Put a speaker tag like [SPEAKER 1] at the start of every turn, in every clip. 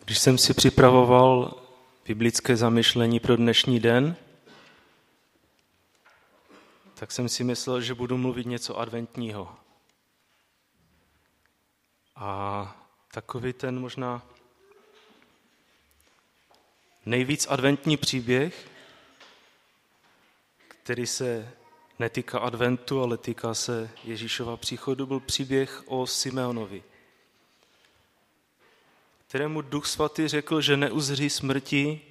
[SPEAKER 1] Když jsem si připravoval biblické zamyšlení pro dnešní den, tak jsem si myslel, že budu mluvit něco adventního. A takový ten možná nejvíc adventní příběh, který se netýká adventu, ale týká se Ježíšova příchodu, byl příběh o Simeonovi, kterému Duch Svatý řekl, že neuzří smrti,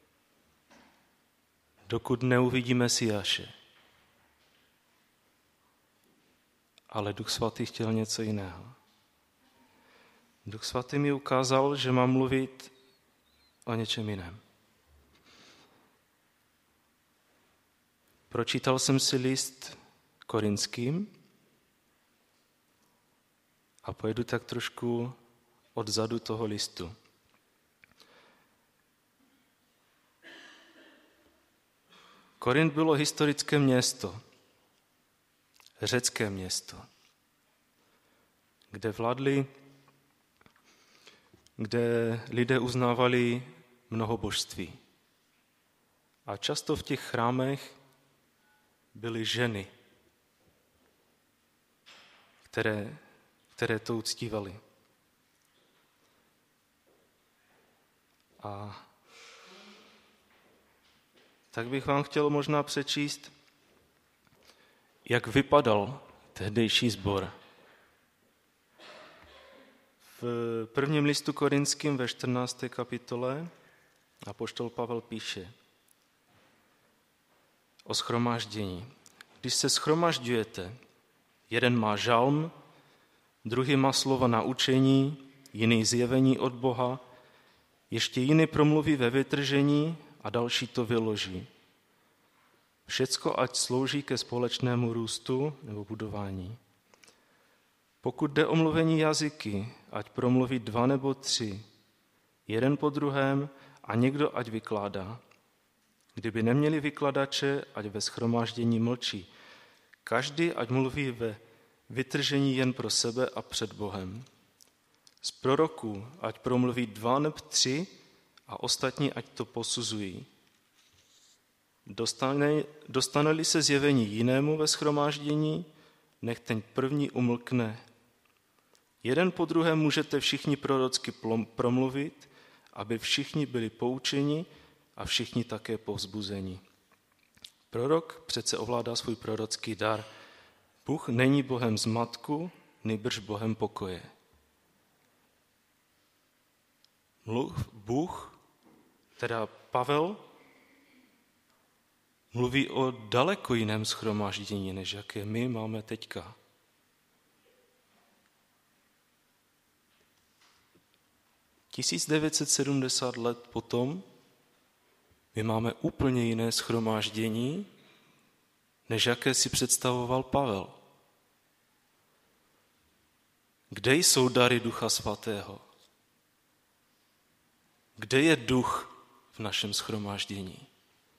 [SPEAKER 1] dokud neuvidí Mesiáše. Ale Duch Svatý chtěl něco jiného. Duch Svatý mi ukázal, že mám mluvit o něčem jiném. Pročítal jsem si list Korinským a pojedu tak trošku odzadu toho listu. Korint bylo historické město, řecké město, kde lidé uznávali mnoho božství. A často v těch chrámech byly ženy, které to uctívaly. A tak bych vám chtěl možná přečíst, jak vypadal tehdejší sbor. V prvním listu Korinským ve 14. kapitole apoštol Pavel píše o shromáždění. Když se shromažďujete, jeden má žalm, druhý má slova na učení, jiný zjevení od Boha, ještě jiný promluví ve vytržení a další to vyloží. Všecko ať slouží ke společnému růstu nebo budování. Pokud jde o mluvení jazyky, ať promluví 2 nebo 3, jeden po druhém a někdo ať vykládá. Kdyby neměli vykladače, ať ve shromáždění mlčí. Každý ať mluví ve vytržení jen pro sebe a před Bohem. Z proroků ať promluví 2 nebo 3 a ostatní ať to posuzují. Dostane-li se zjevení jinému ve shromáždění, nech ten první umlkne. Jeden po druhém můžete všichni prorocky promluvit, aby všichni byli poučeni a všichni také povzbuzeni. Prorok přece ovládá svůj prorocký dar. Bůh není Bohem zmatku, nýbrž Bohem pokoje. Bůh, teda Pavel, mluví o daleko jiném shromáždění, než jaké my máme teďka. "1970 let potom my máme úplně jiné shromáždění, než jaké si představoval Pavel. Kde jsou dary Ducha Svatého? Kde je duch v našem shromáždění?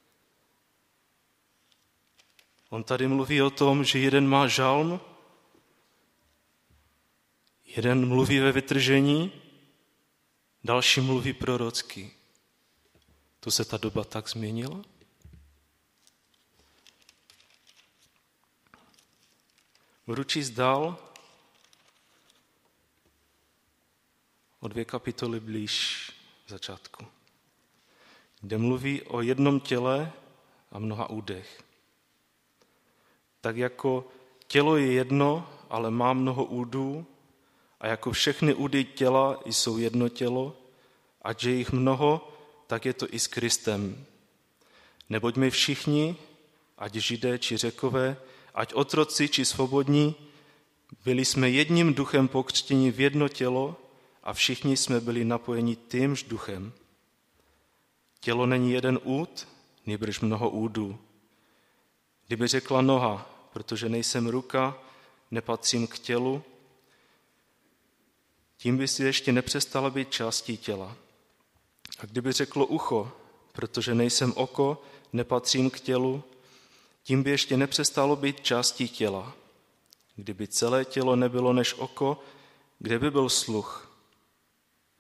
[SPEAKER 1] On tady mluví o tom, že jeden má žalm, jeden mluví ve vytržení, další mluví prorocky. To se ta doba tak změnila? Budu číst dál o 2 kapitoly blíž v začátku, kde mluví o jednom těle a mnoha údech. Tak jako tělo je jedno, ale má mnoho údů, a jako všechny údy těla jsou jedno tělo, ať je jich mnoho, tak je to i s Kristem. Neboť my všichni, ať Židé či Řekové, ať otroci či svobodní, byli jsme jedním duchem pokřtěni v jedno tělo a všichni jsme byli napojeni týmž duchem. Tělo není jeden úd, nýbrž mnoho údů. Kdyby řekla noha, protože nejsem ruka, nepatřím k tělu, tím by si ještě nepřestala být částí těla. A kdyby řeklo ucho, protože nejsem oko, nepatřím k tělu, tím by ještě nepřestalo být částí těla. Kdyby celé tělo nebylo než oko, kde by byl sluch?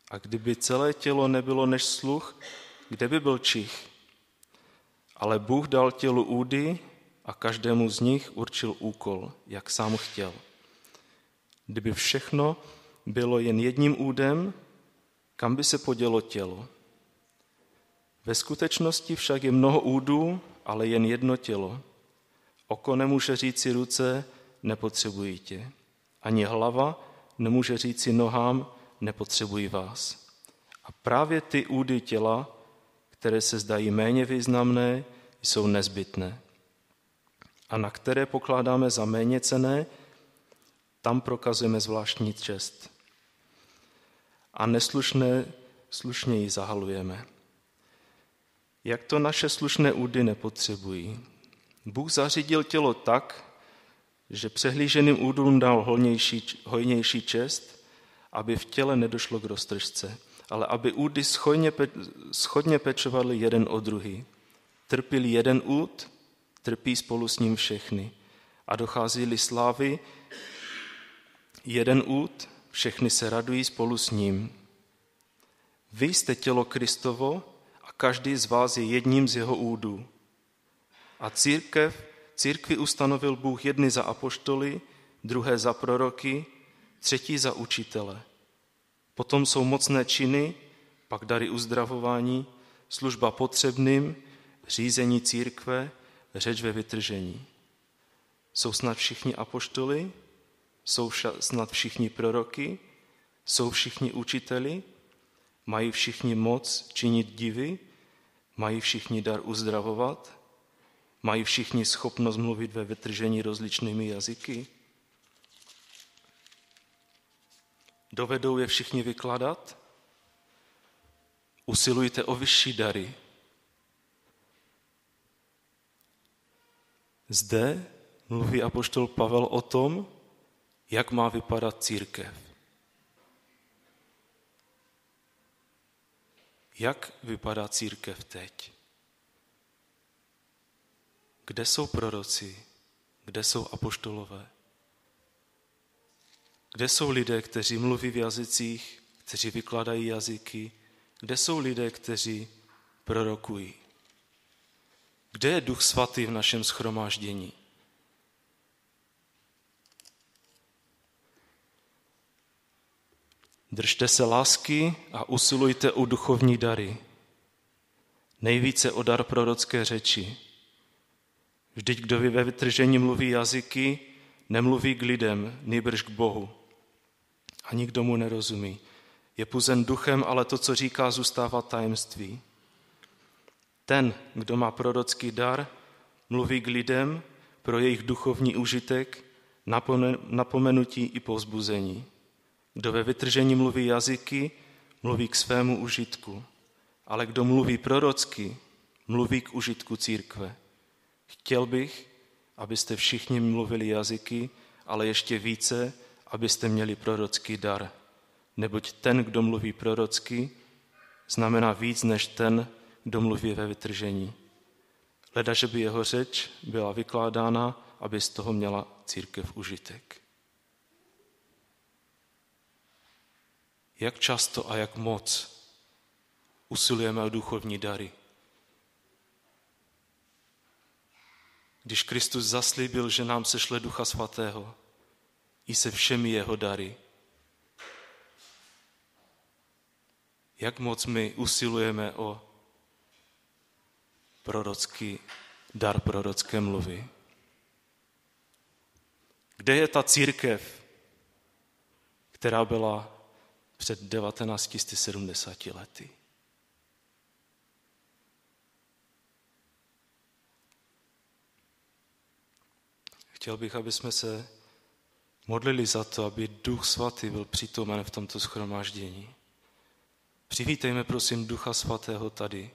[SPEAKER 1] A kdyby celé tělo nebylo než sluch, kde by byl čich? Ale Bůh dal tělu údy a každému z nich určil úkol, jak sám chtěl. Kdyby všechno bylo jen jedním údem, kam by se podělo tělo? Ve skutečnosti však je mnoho údů, ale jen jedno tělo. Oko nemůže říci ruce, nepotřebuji tě. Ani hlava nemůže říci nohám, nepotřebuji vás. A právě ty údy těla, které se zdají méně významné, jsou nezbytné. A na které pokládáme za méně cenné, tam prokazujeme zvláštní čest. A neslušné slušněji zahalujeme. Jak to naše slušné údy nepotřebují? Bůh zařídil tělo tak, že přehlíženým údům dal hojnější čest, aby v těle nedošlo k roztržce, ale aby údy shodně pečovali jeden o druhý. Trpěl jeden úd, trpí spolu s ním všechny. A dochází-li slávy jeden úd, všechny se radují spolu s ním. Vy jste tělo Kristovo a každý z vás je jedním z jeho údů. A církvi ustanovil Bůh jedny za apoštoly, druhé za proroky, třetí za učitele. Potom jsou mocné činy, pak dary uzdravování, služba potřebným, řízení církve, řeč ve vytržení. Jsou snad všichni apoštoly? Jsou snad všichni proroky? Jsou všichni učiteli? Mají všichni moc činit divy? Mají všichni dar uzdravovat? Mají všichni schopnost mluvit ve vytržení rozličnými jazyky? Dovedou je všichni vykládat? Usilujte o vyšší dary. Zde mluví apoštol Pavel o tom, jak má vypadat církev. Jak vypadá církev teď? Kde jsou proroci? Kde jsou apoštolové? Kde jsou lidé, kteří mluví v jazycích, kteří vykládají jazyky? Kde jsou lidé, kteří prorokují? Kde je Duch Svatý v našem shromáždění? Držte se lásky a usilujte o duchovní dary. Nejvíce o dar prorocké řeči. Vždyť kdo ve vytržení mluví jazyky, nemluví k lidem, nýbrž k Bohu. A nikdo mu nerozumí. Je puzen duchem, ale to, co říká, zůstává tajemství. Ten, kdo má prorocký dar, mluví k lidem pro jejich duchovní užitek, napomenutí i povzbuzení. Kdo ve vytržení mluví jazyky, mluví k svému užitku. Ale kdo mluví prorocky, mluví k užitku církve. Chtěl bych, abyste všichni mluvili jazyky, ale ještě více, abyste měli prorocký dar. Neboť ten, kdo mluví prorocky, znamená víc než ten, kdo mluví ve vytržení. Leda, že by jeho řeč byla vykládána, aby z toho měla církev užitek. Jak často a jak moc usilujeme o duchovní dary? Když Kristus zaslíbil, že nám sešle Ducha Svatého i se všemi jeho dary, jak moc my usilujeme o prorocký dar prorocké mluvy? Kde je ta církev, která byla před 1970 lety? Chtěl bych, aby jsme se modlili za to, aby Duch Svatý byl přítomen v tomto shromáždění. Přivítejme, prosím, Ducha Svatého tady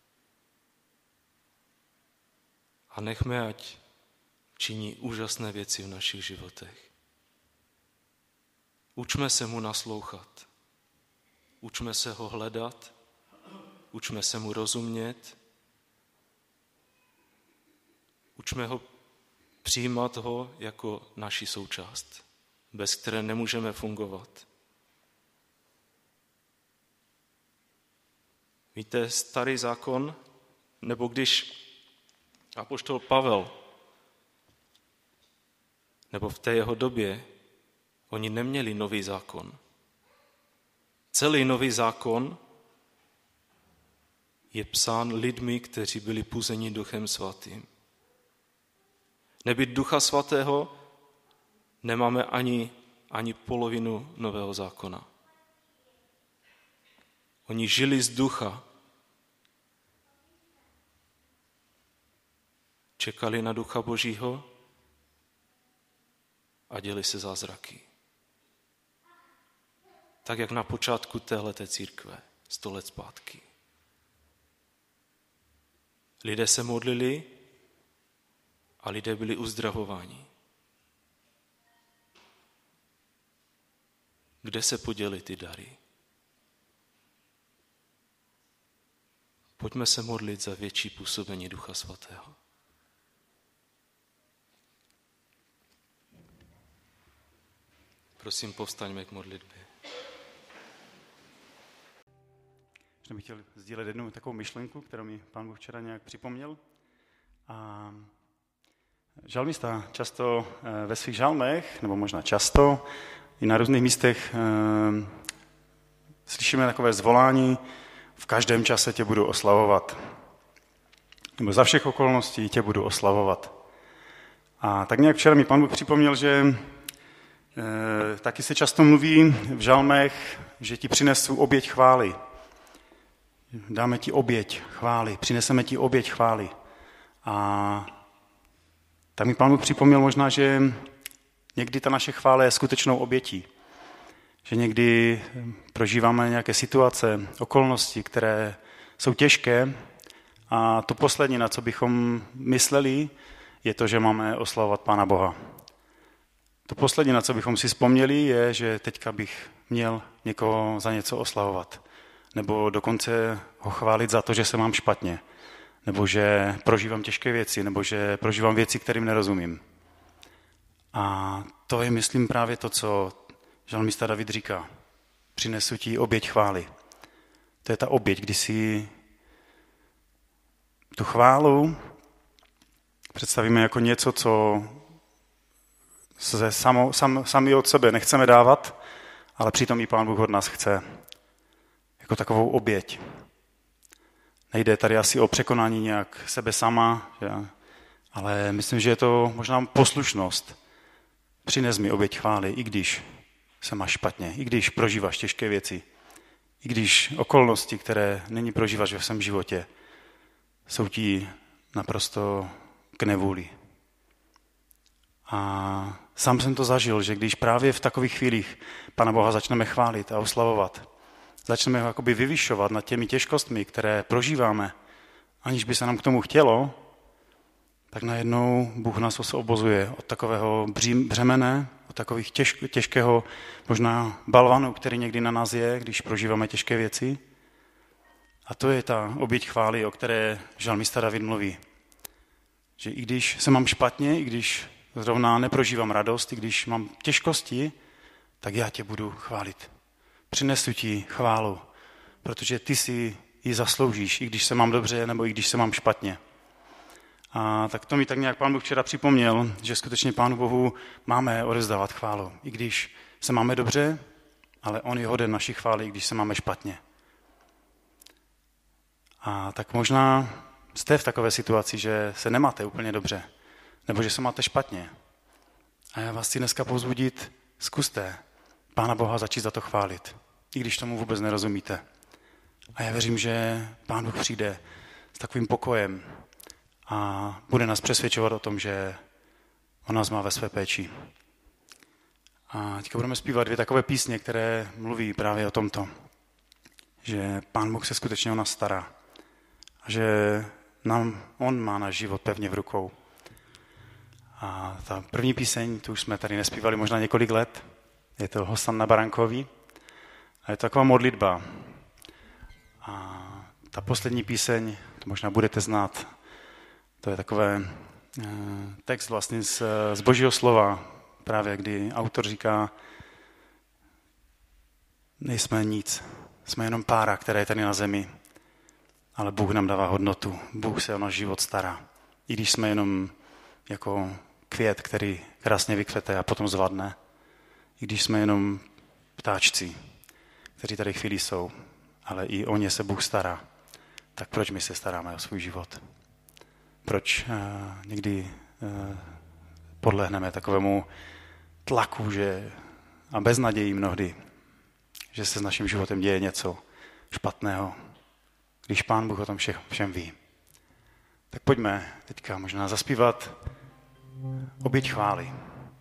[SPEAKER 1] a nechme, ať činí úžasné věci v našich životech. Učme se mu naslouchat. Učme se ho hledat. Učme se mu rozumět. Učme ho přijímat ho jako naši součást, bez které nemůžeme fungovat. Víte, starý zákon, nebo když apoštol Pavel, nebo v té jeho době, oni neměli nový zákon. Celý nový zákon je psán lidmi, kteří byli puzeni Duchem Svatým. Nebýt Ducha Svatého, nemáme ani polovinu nového zákona. Oni žili z ducha. Čekali na Ducha Božího a děli se zázraky. Tak, jak na počátku téhleté církve, 100 let zpátky. Lidé se modlili a lidé byli uzdravováni. Kde se poděly ty dary? Pojďme se modlit za větší působení Ducha Svatého. Prosím, povstaňme k modlitbě.
[SPEAKER 2] Já bych chtěl sdílet jednu takovou myšlenku, kterou mi Pán Bůh včera nějak připomněl. A žalmista často ve svých žalmech, nebo možná často, i na různých místech slyšíme takové zvolání: v každém čase tě budu oslavovat. Nebo za všech okolností tě budu oslavovat. A tak nějak včera mi Pán Bůh připomněl, že taky se často mluví v žalmech, že ti přinesu oběť chvály. Dáme ti oběť chvály, přineseme ti oběť chvály. A tak mi Pán Bůh připomněl možná, že někdy ta naše chvála je skutečnou obětí. Že někdy prožíváme nějaké situace, okolnosti, které jsou těžké a to poslední, na co bychom mysleli, je to, že máme oslavovat Pána Boha. To poslední, na co bychom si vzpomněli, je, že teďka bych měl někoho za něco oslavovat. Nebo dokonce ho chválit za to, že se mám špatně. Nebo že prožívám těžké věci, nebo že prožívám věci, kterým nerozumím. A to je, myslím, právě to, co žalmista David říká. Přinesu ti oběť chvály. To je ta oběť, kdy si tu chválu představíme jako něco, co se sami od sebe nechceme dávat, ale přitom i Pán Bůh od nás chce. Jako takovou oběť. Nejde tady asi o překonání nějak sebe sama, že? Ale myslím, že je to možná poslušnost. Přines mi oběť chvály, i když se máš špatně, i když prožíváš těžké věci, i když okolnosti, které nyní prožíváš ve svém životě, jsou ti naprosto k nevůli. A sám jsem to zažil, že když právě v takových chvílích Pana Boha začneme chválit a oslavovat, začneme ho jakoby vyvyšovat nad těmi těžkostmi, které prožíváme, aniž by se nám k tomu chtělo, tak najednou Bůh nás osvobozuje od takového břemene, od takových těžkého možná balvanu, který někdy na nás je, když prožíváme těžké věci. A to je ta oběť chvály, o které žalmista David mluví. Že i když se mám špatně, i když zrovna neprožívám radost, i když mám těžkosti, tak já tě budu chválit. Přinesu ti chválu, protože ty si ji zasloužíš, i když se mám dobře, nebo i když se mám špatně. A tak to mi tak nějak Pán Bůh včera připomněl, že skutečně Pánu Bohu máme odevzdávat chválu, i když se máme dobře, ale on je hoden naší chvály, i když se máme špatně. A tak možná jste v takové situaci, že se nemáte úplně dobře, nebo že se máte špatně. A já vás chci dneska povzbudit, zkuste Pána Boha začít za to chválit, i když tomu vůbec nerozumíte. A já věřím, že Pán Bůh přijde s takovým pokojem a bude nás přesvědčovat o tom, že on nás má ve své péči. A teď budeme zpívat 2 takové písně, které mluví právě o tomto, že Pán Bůh se skutečně o nás stará a že on má náš život pevně v rukou. A ta první píseň, tu už jsme tady nespívali možná několik let, je to Hosanna Baránkovi a je to taková modlitba. A ta poslední píseň, to možná budete znát, to je takové text vlastně z Božího slova, právě kdy autor říká, nejsme nic, jsme jenom pára, která je tady na zemi. ale Bůh nám dává hodnotu. Bůh se o náš život stará. I když jsme jenom jako květ, který krásně vykvete a potom zvadne. I když jsme jenom ptáčci, kteří tady chvíli jsou, ale i o ně se Bůh stará. Tak proč my se staráme o svůj život? Proč někdy podlehneme takovému tlaku, a beznaději mnohdy, že se s naším životem děje něco špatného, když Pán Bůh o tom všem ví. Tak pojďme teďka možná zaspívat oběť chvály.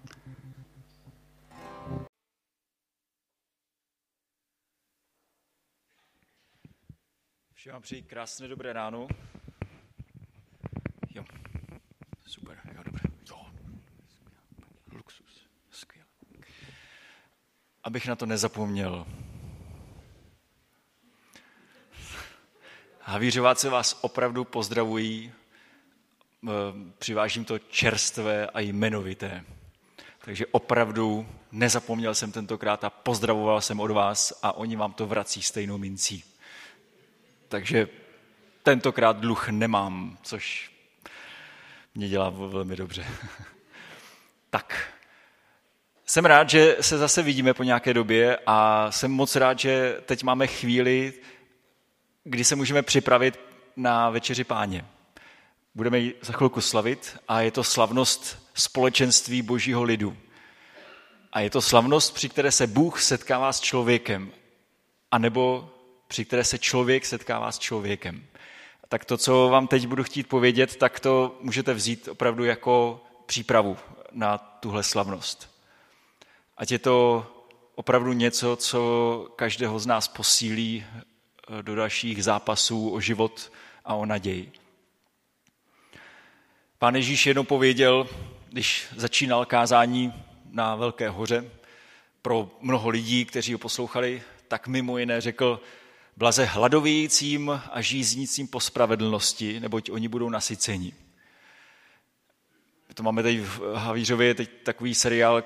[SPEAKER 3] Všem vám přeji krásné dobré ráno. Jo, super, jo, dobré. Jo, luxus, skvělé. Abych na to nezapomněl. Havířováci vás opravdu pozdravují, přivážím to čerstvé a jmenovité. Takže opravdu nezapomněl jsem tentokrát a pozdravoval jsem od vás a oni vám to vrací stejnou mincí. Takže tentokrát dluh nemám, což mě dělá velmi dobře. Tak, jsem rád, že se zase vidíme po nějaké době a jsem moc rád, že teď máme chvíli, kdy se můžeme připravit na večeři Páně. Budeme ji za chvilku slavit a je to slavnost společenství Božího lidu. A je to slavnost, při které se Bůh setkává s člověkem, anebo při které se člověk setkává s člověkem. Tak to, co vám teď budu chtít povědět, tak to můžete vzít opravdu jako přípravu na tuhle slavnost. Ať je to opravdu něco, co každého z nás posílí do dalších zápasů o život a o naději. Pán Ježíš jednou pověděl, když začínal kázání na Velké hoře pro mnoho lidí, kteří ho poslouchali, tak mimo jiné řekl: blaze hladovějícím a žíznícím po spravedlnosti, neboť oni budou nasyceni. To máme tady v Havířově teď takový seriál,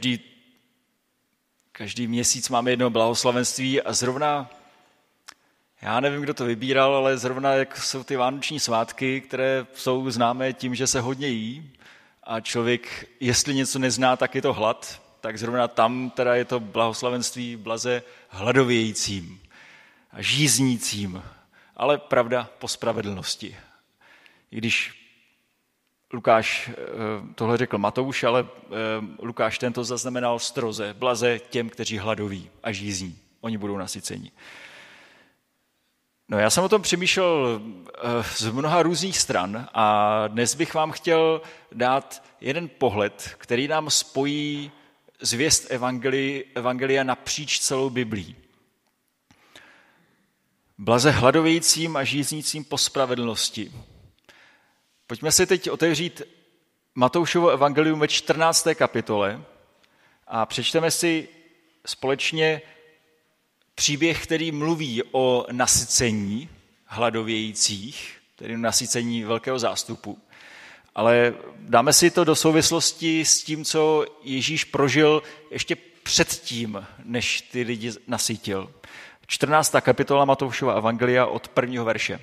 [SPEAKER 3] každý měsíc máme jedno blahoslavenství a zrovna, já nevím, kdo to vybíral, ale zrovna jak jsou ty vánoční svátky, které jsou známé tím, že se hodně jí a člověk, jestli něco nezná, tak je to hlad, tak zrovna tam teda je to blahoslavenství blaze hladovějícím a žíznícím, ale pravda po spravedlnosti. I když Lukáš tohle řekl Matouš, ale Lukáš tento zaznamenal stroze, blaze těm, kteří hladoví a žízní. Oni budou nasyceni. No, já jsem o tom přemýšlel z mnoha různých stran a dnes bych vám chtěl dát jeden pohled, který nám spojí zvěst evangelia napříč celou Biblí. Blaze hladovějícím a žíznícím po spravedlnosti. Pojďme si teď otevřít Matoušovo evangelium ve 14. kapitole a přečteme si společně příběh, který mluví o nasycení hladovějících, tedy nasycení velkého zástupu. Ale dáme si to do souvislosti s tím, co Ježíš prožil ještě předtím, než ty lidi nasytil. 14. kapitola Matoušova evangelia od 1. verše.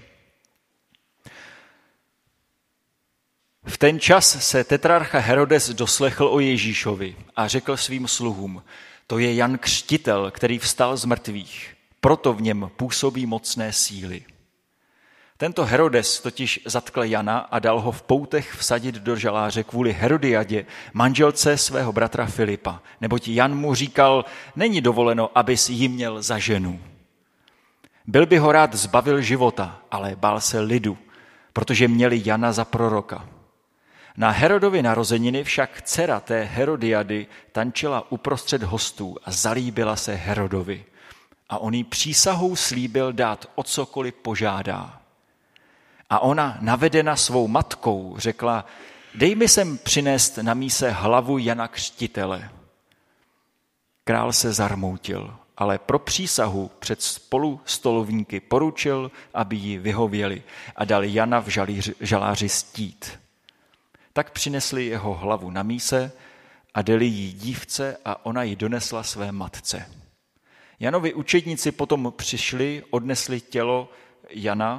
[SPEAKER 3] V ten čas se tetrarcha Herodes doslechl o Ježíšovi a řekl svým sluhům: to je Jan Křtitel, který vstal z mrtvých, proto v něm působí mocné síly. Tento Herodes totiž zatkl Jana a dal ho v poutech vsadit do žaláře kvůli Herodiadě, manželce svého bratra Filipa, neboť Jan mu říkal: není dovoleno, abys ji měl za ženu. Byl by ho rád zbavil života, ale bál se lidu, protože měli Jana za proroka. Na Herodovy narozeniny však dcera té Herodiady tančila uprostřed hostů a zalíbila se Herodovi. A on jí přísahou slíbil dát o cokoliv požádá. A ona, navedena svou matkou, řekla: dej mi sem přinést na míse hlavu Jana Křtitele. Král se zarmoutil, ale pro přísahu před spolustolovníky poručil, aby ji vyhověli a dal Jana v žaláři stít. Tak přinesli jeho hlavu na míse a dali jí dívce a ona ji donesla své matce. Janovi učedníci potom přišli, odnesli tělo Jana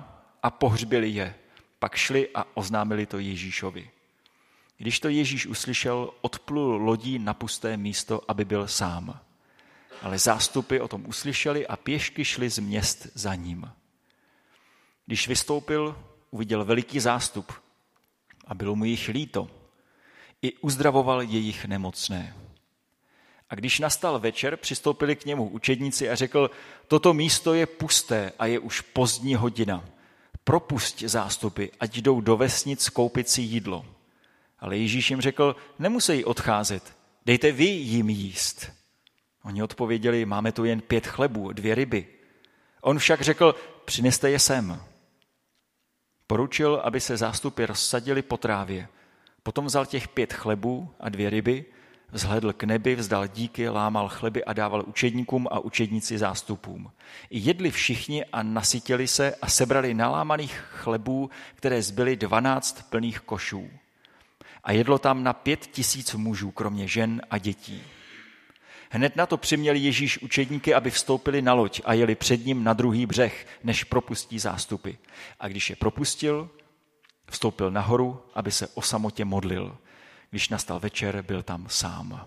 [SPEAKER 3] a pohřbili je. Pak šli a oznámili to Ježíšovi. Když to Ježíš uslyšel, odplul lodí na pusté místo, aby byl sám. Ale zástupy o tom uslyšeli a pěšky šli z měst za ním. Když vystoupil, uviděl veliký zástup a bylo mu jich líto. I uzdravoval jejich nemocné. A když nastal večer, přistoupili k němu učedníci a řekl, toto místo je pusté a je už pozdní hodina. Propusť zástupy, ať jdou do vesnic koupit si jídlo. Ale Ježíš jim řekl, nemusí odcházet, dejte vy jim jíst. Oni odpověděli, máme tu jen 5 chlebů, 2 ryby. On však řekl, přineste je sem. Poručil, aby se zástupy rozsadili po trávě. Potom vzal těch 5 chlebů a 2 ryby, vzhlédl k nebi, vzdal díky, lámal chleby a dával učedníkům a učedníci zástupům. I jedli všichni a nasytili se a sebrali nalámaných chlebů, které zbyly 12 plných košů. A jedlo tam na 5 000 mužů, kromě žen a dětí. Hned na to přiměl Ježíš učedníky, aby vstoupili na loď a jeli před ním na druhý břeh, než propustí zástupy. A když je propustil, vstoupil nahoru, aby se o samotě modlil. Když nastal večer, byl tam sám.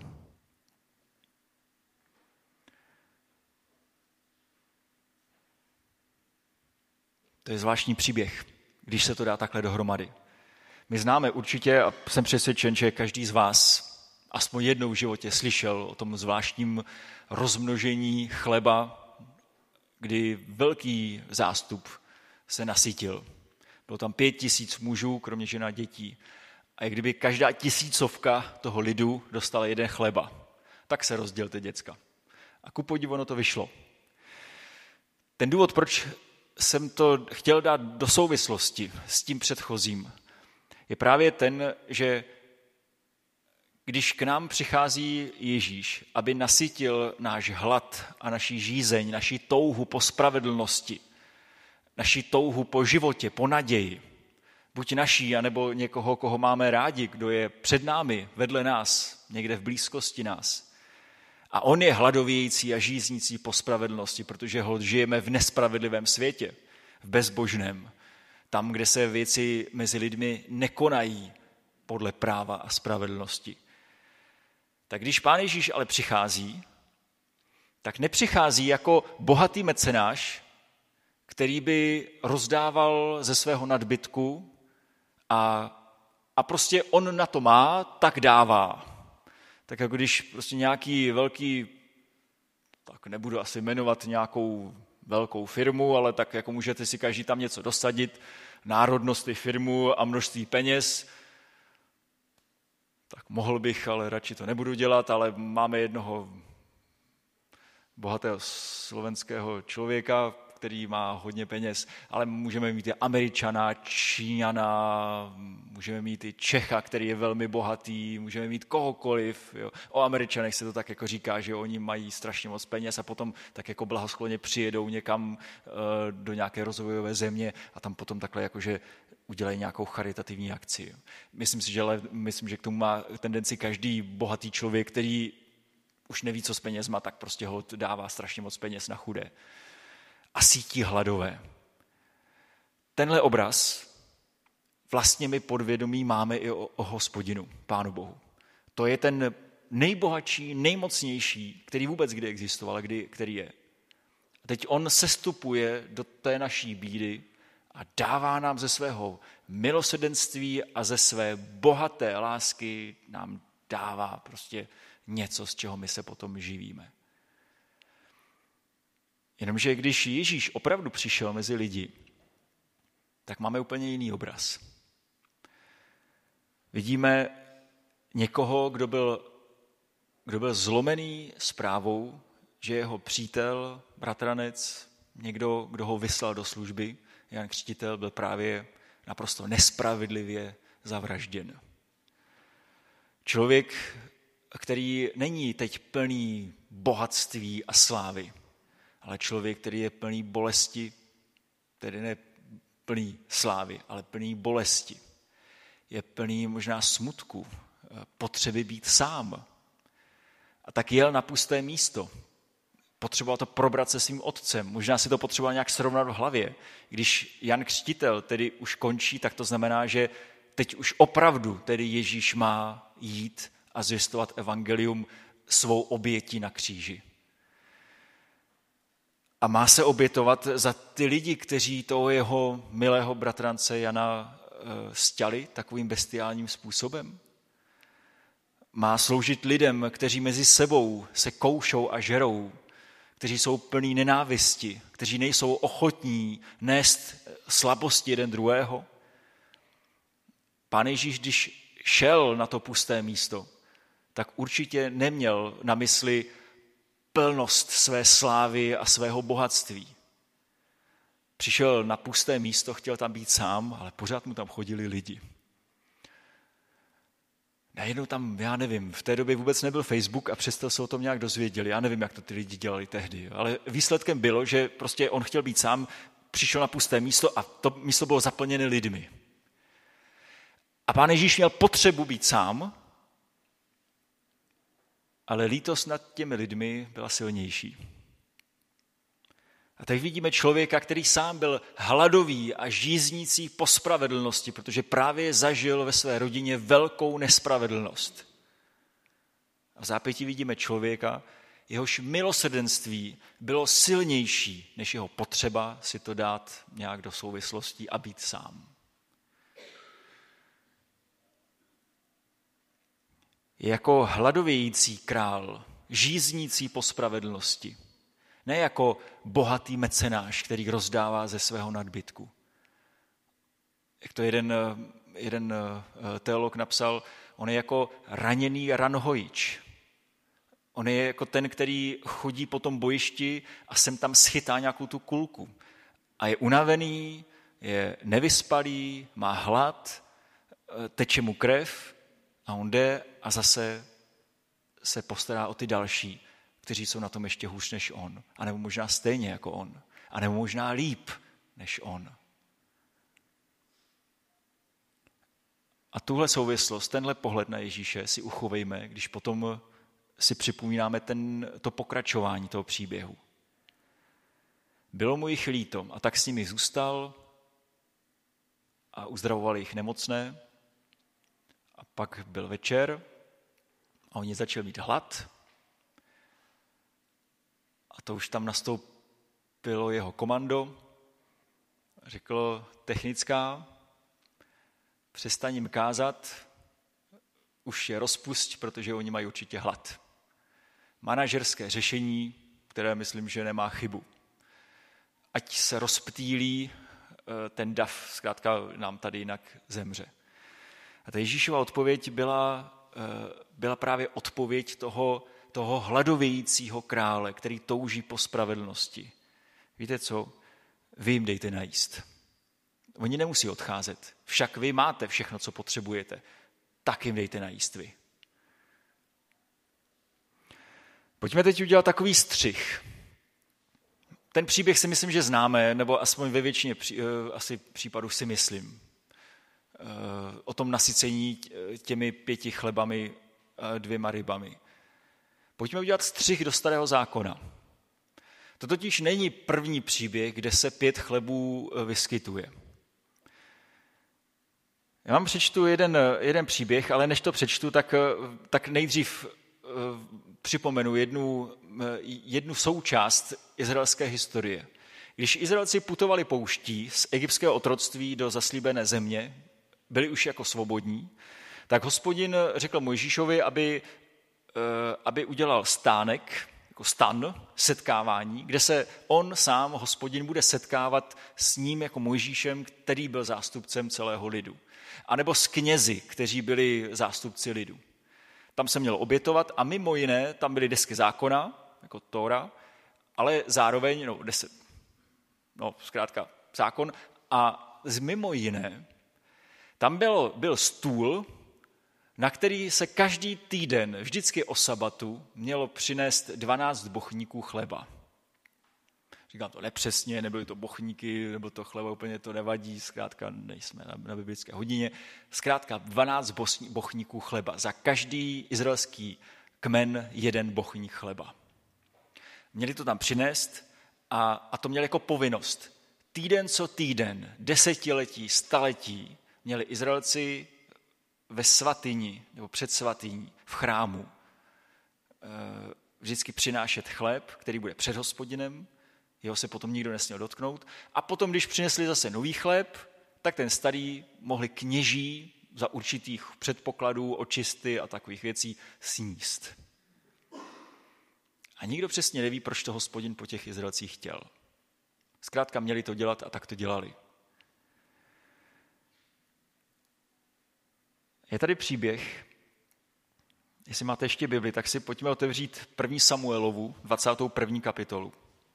[SPEAKER 3] To je zvláštní příběh, když se to dá takhle dohromady. My známe určitě, a jsem přesvědčen, že každý z vás aspoň jednou v životě slyšel o tom zvláštním rozmnožení chleba, kdy velký zástup se nasytil. Bylo tam 5 000 mužů, kromě žen a dětí. A jak kdyby každá 1000 toho lidu dostala 1 chleba, tak se rozdělte děcka. A ku podivu ono to vyšlo. Ten důvod, proč jsem to chtěl dát do souvislosti s tím předchozím, je právě ten, že když k nám přichází Ježíš, aby nasytil náš hlad a naši žízeň, naši touhu po spravedlnosti, naši touhu po životě, po naději, buď naší, anebo někoho, koho máme rádi, kdo je před námi, vedle nás, někde v blízkosti nás. A on je hladovějící a žíznící po spravedlnosti, protože žijeme v nespravedlivém světě, v bezbožném, tam, kde se věci mezi lidmi nekonají podle práva a spravedlnosti. Tak když Pán Ježíš ale přichází, tak nepřichází jako bohatý mecenáš, který by rozdával ze svého nadbytku a prostě on na to má, tak dává. Tak jako když prostě nějaký velký, tak nebudu asi jmenovat nějakou velkou firmu, ale tak jako můžete si každý tam něco dosadit, národnosti firmu a množství peněz, tak mohl bych, ale radši to nebudu dělat, ale máme jednoho bohatého slovenského člověka, který má hodně peněz, ale můžeme mít i Američana, Číňana, můžeme mít i Čecha, který je velmi bohatý, můžeme mít kohokoliv. Jo. O Američanech se to tak jako říká, že oni mají strašně moc peněz a potom tak jako blahoskloně přijedou někam do nějaké rozvojové země a tam potom takhle jakože udělají nějakou charitativní akci. Jo. Myslím, že k tomu má tendenci každý bohatý člověk, který už neví, co s penězma, tak prostě ho dává strašně moc peněz na chudé. A sítí hladové. Tenhle obraz vlastně my podvědomí máme i o Hospodinu, Pánu Bohu. To je ten nejbohatší, nejmocnější, který vůbec kdy existoval, který je. A teď on sestupuje do té naší bídy a dává nám ze svého milosrdenství a ze své bohaté lásky nám dává prostě něco, z čeho my se potom živíme. Jenomže když Ježíš opravdu přišel mezi lidi, tak máme úplně jiný obraz. Vidíme někoho, kdo byl zlomený zprávou, že jeho přítel, bratranec, někdo, kdo ho vyslal do služby, Jan Křtitel, byl právě naprosto nespravedlivě zavražděn. Člověk, který není teď plný bohatství a slávy, ale člověk, který je plný bolesti, tedy ne plný slávy, ale plný bolesti. Je plný možná smutku, potřeby být sám. A tak jel na pusté místo, Potřeboval to probrat se svým otcem. Možná si to potřeboval nějak srovnat v hlavě. Když Jan Křtitel tedy už končí, tak to znamená, že teď už opravdu tedy Ježíš má jít a zvěstovat evangelium svou obětí na kříži. A má se obětovat za ty lidi, kteří toho jeho milého bratrance Jana sťali takovým bestiálním způsobem. Má sloužit lidem, kteří mezi sebou se koušou a žerou, kteří jsou plní nenávisti, kteří nejsou ochotní nést slabosti jeden druhého. Pán Ježíš, když šel na to pusté místo, tak určitě neměl na mysli plnost své slávy a svého bohatství. Přišel na pusté místo, chtěl tam být sám, ale pořád mu tam chodili lidi. Najednou tam, já nevím, v té době vůbec nebyl Facebook a přesto se o tom nějak dozvěděli. Já nevím, jak to ty lidi dělali tehdy, ale výsledkem bylo, že prostě on chtěl být sám, přišel na pusté místo a to místo bylo zaplněné lidmi. A Pán Ježíš měl potřebu být sám, ale lítost nad těmi lidmi byla silnější. A teď vidíme člověka, který sám byl hladový a žíznící po spravedlnosti, protože právě zažil ve své rodině velkou nespravedlnost. A v zápětí vidíme člověka, jehož milosrdenství bylo silnější než jeho potřeba si to dát nějak do souvislostí a být sám. Je jako hladovějící král, žíznící po spravedlnosti. Ne jako bohatý mecenáš, který rozdává ze svého nadbytku. Jak to jeden teolog napsal, on je jako raněný ranhojič. On je jako ten, který chodí po tom bojišti a sem tam schytá nějakou tu kulku. A je unavený, je nevyspalý, má hlad, teče mu krev a on jde a zase se postará o ty další, kteří jsou na tom ještě hůř než on, anebo možná stejně jako on, anebo možná líp než on. A tuhle souvislost, tenhle pohled na Ježíše si uchovejme, když potom si připomínáme to pokračování toho příběhu. Bylo mu jich líto a tak s nimi zůstal a uzdravoval jich nemocné. A pak byl večer a oni začali mít hlad. A to už tam nastoupilo jeho komando. Řeklo technická, přestaň jim kázat, už je rozpusť, protože oni mají určitě hlad. Manažerské řešení, které myslím, že nemá chybu. Ať se rozptýlí ten dav, zkrátka nám tady jinak zemře. A ta Ježíšova odpověď byla právě odpověď toho hladovějícího krále, který touží po spravedlnosti. Víte co? Vy jim dejte najíst. Oni nemusí odcházet. Však vy máte všechno, co potřebujete. Tak jim dejte najíst vy. Pojďme teď udělat takový střih. Ten příběh si myslím, že známe, nebo aspoň ve většině asi případů si myslím. O tom nasycení těmi 5 chlebami, 2 rybami. Pojďme udělat střih do Starého zákona. To totiž není první příběh, kde se 5 chlebů vyskytuje. Já vám přečtu jeden příběh, ale než to přečtu, tak nejdřív připomenu jednu součást izraelské historie. Když Izraelci putovali pouští z egyptského otroctví do zaslíbené země, byli už jako svobodní, tak Hospodin řekl Mojžíšovi, aby udělal stánek, jako stan, setkávání, kde se on sám, Hospodin, bude setkávat s ním jako Mojžíšem, který byl zástupcem celého lidu. A nebo s knězi, kteří byli zástupci lidu. Tam se mělo obětovat a mimo jiné tam byly desky zákona, jako Tóra, ale zároveň, zkrátka zákon a mimo jiné tam byl stůl, na který se každý týden, vždycky o sabatu, mělo přinést 12 bochníků chleba. Říkám to nepřesně, nebyly to bochníky, nebyl to chleba, úplně to nevadí, zkrátka nejsme na biblické hodině. Zkrátka 12 bochníků chleba. Za každý izraelský kmen 1 bochník chleba. Měli to tam přinést a to měli jako povinnost. Týden co týden, desetiletí, staletí měli Izraelci ve svatyni nebo před svatyní v chrámu vždycky přinášet chléb, který bude před Hospodinem, jeho se potom nikdo nesměl dotknout. A potom, když přinesli zase nový chléb, tak ten starý mohli kněží za určitých předpokladů, očisty a takových věcí sníst. A nikdo přesně neví, proč to Hospodin po těch Izraelcích chtěl. Zkrátka měli to dělat a tak to dělali. Je tady příběh, jestli máte ještě Bibli, tak si pojďme otevřít 1. Samuelovu, 21. kapitolu.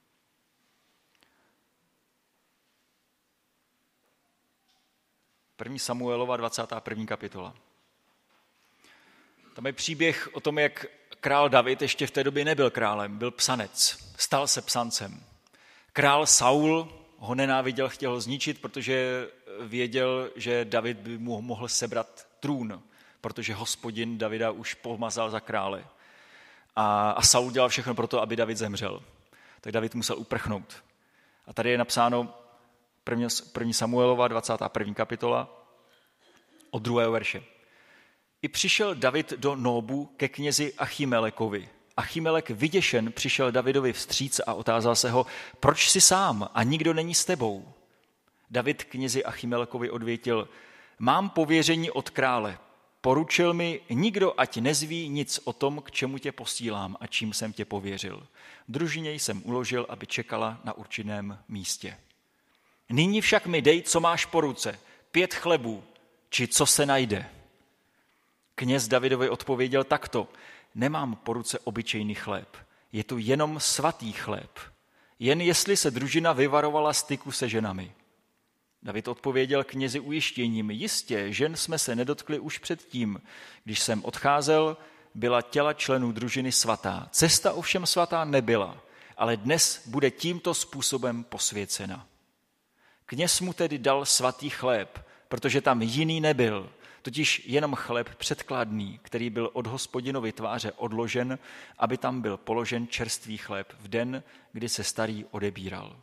[SPEAKER 3] První Samuelova, 21. kapitola. Tam je příběh o tom, jak král David ještě v té době nebyl králem, byl psanec, stal se psancem. Král Saul ho nenáviděl, chtěl ho zničit, protože věděl, že David by mu mohl sebrat trůn, protože Hospodin Davida už pomazal za krále. A Saul dělal všechno pro to, aby David zemřel. Tak David musel uprchnout. A tady je napsáno 1. Samuelova, 21. kapitola, od 2. verše. I přišel David do Nóbu ke knězi Achimelekovi. Achimelek vyděšen přišel Davidovi vstříc a otázal se ho, proč jsi sám a nikdo není s tebou? David knězi Achimelekovi odvětil, mám pověření od krále. Poručil mi, nikdo ať nezví nic o tom, k čemu tě posílám a čím jsem tě pověřil. Družině jsem uložil, aby čekala na určeném místě. Nyní však mi dej, co máš po ruce, 5 chlebů, či co se najde. Kněz Davidovi odpověděl takto, nemám po ruce obyčejný chléb, je tu jenom svatý chléb, jen jestli se družina vyvarovala styku se ženami. David odpověděl knězi ujištěním, jistě, žen jsme se nedotkli už předtím. Když jsem odcházel, byla těla členů družiny svatá. Cesta ovšem svatá nebyla, ale dnes bude tímto způsobem posvěcena. Kněz mu tedy dal svatý chléb, protože tam jiný nebyl, totiž jenom chléb předkladný, který byl od Hospodinovy tváře odložen, aby tam byl položen čerstvý chléb v den, kdy se starý odebíral.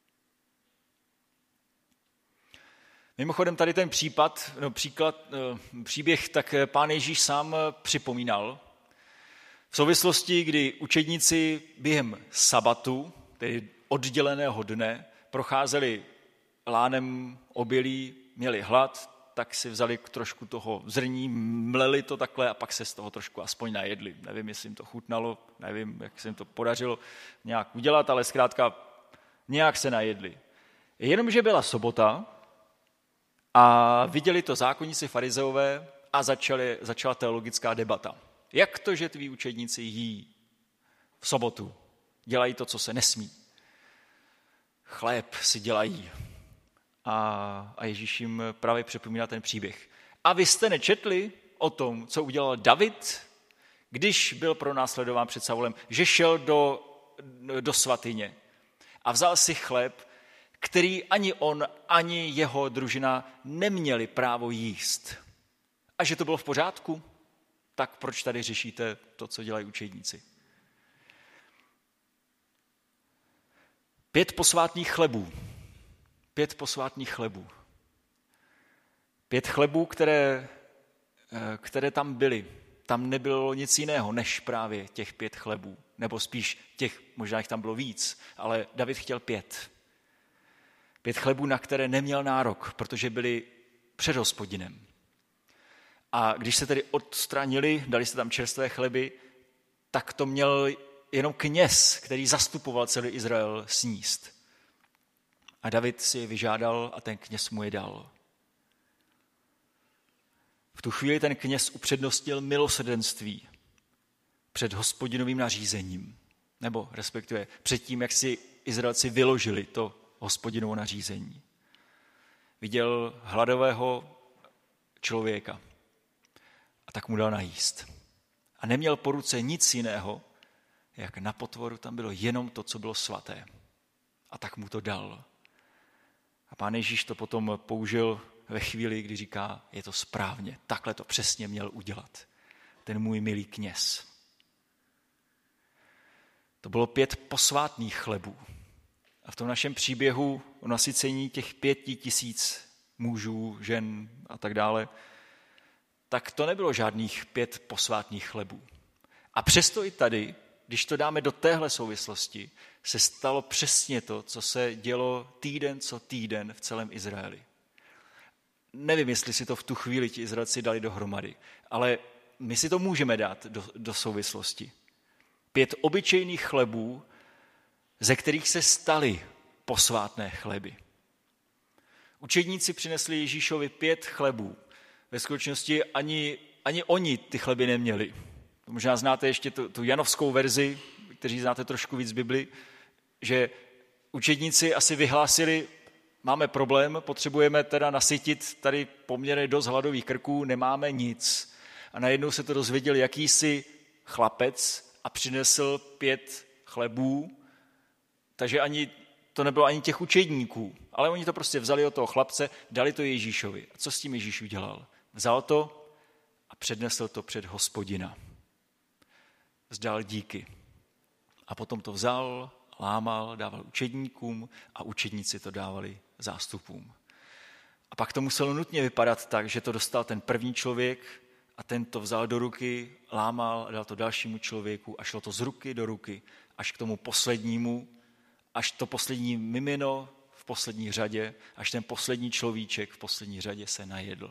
[SPEAKER 3] Mimochodem tady ten příběh, tak Pán Ježíš sám připomínal v souvislosti, kdy učedníci během sabatu, tedy odděleného dne, procházeli lánem obilí, měli hlad, tak si vzali trošku toho zrní, mleli to takhle a pak se z toho trošku aspoň najedli. Nevím, jestli jim to chutnalo, nevím, jak se jim to podařilo nějak udělat, ale zkrátka nějak se najedli. Jenomže byla sobota a viděli to zákonníci farizeové a začala teologická debata. Jak to, že tví učedníci jí v sobotu? Dělají to, co se nesmí. Chléb si dělají. A Ježíš jim právě připomíná ten příběh. A vy jste nečetli o tom, co udělal David, když byl pronásledován před Saulem, že šel do svatyně a vzal si chléb, který ani on, ani jeho družina neměli právo jíst. A že to bylo v pořádku? Tak proč tady řešíte to, co dělají učedníci? 5 posvátných chlebů. 5 posvátných chlebů. 5 chlebů, které tam byly. Tam nebylo nic jiného, než právě těch 5 chlebů. Nebo spíš možná jich tam bylo víc, ale David chtěl 5. 5 chlebů, na které neměl nárok, protože byli před Hospodinem. A když se tedy odstranili, dali se tam čerstvé chleby, tak to měl jenom kněz, který zastupoval celý Izrael, sníst. A David si je vyžádal a ten kněz mu je dal. V tu chvíli ten kněz upřednostnil milosrdenství před Hospodinovým nařízením, nebo respektive před tím, jak si Izraelci vyložili to Hospodinovo nařízení. Viděl hladového člověka a tak mu dal najíst. A neměl po ruce nic jiného, jak na potvoru tam bylo jenom to, co bylo svaté. A tak mu to dal. A Pán Ježíš to potom použil ve chvíli, kdy říká, je to správně, takhle to přesně měl udělat. Ten můj milý kněz. To bylo 5 posvátných chlebů. A v tom našem příběhu o nasycení těch 5 000 mužů, žen a tak dále, tak to nebylo žádných 5 posvátných chlebů. A přesto i tady, když to dáme do téhle souvislosti, se stalo přesně to, co se dělo týden co týden v celém Izraeli. Nevím, jestli si to v tu chvíli ti Izraelci dali dohromady, ale my si to můžeme dát do souvislosti. 5 obyčejných chlebů, ze kterých se staly posvátné chleby. Učedníci přinesli Ježíšovi 5 chlebů. Ve skutečnosti ani oni ty chleby neměli. Možná znáte ještě tu janovskou verzi, kteří znáte trošku víc Bibli, že učedníci asi vyhlásili, máme problém, potřebujeme teda nasytit tady poměrně dost hladových krků, nemáme nic. A najednou se to dozvěděl jakýsi chlapec a přinesl 5 chlebů, takže to nebylo ani těch učedníků, ale oni to prostě vzali od toho chlapce, dali to Ježíšovi. A co s tím Ježíš udělal? Vzal to a přednesl to před Hospodina. Vzdal díky. A potom to vzal, lámal, dával učedníkům a učedníci to dávali zástupům. A pak to muselo nutně vypadat tak, že to dostal ten první člověk a ten to vzal do ruky, lámal a dal to dalšímu člověku a šlo to z ruky do ruky až k tomu poslednímu, až to poslední mimino v poslední řadě, až ten poslední človíček v poslední řadě se najedl.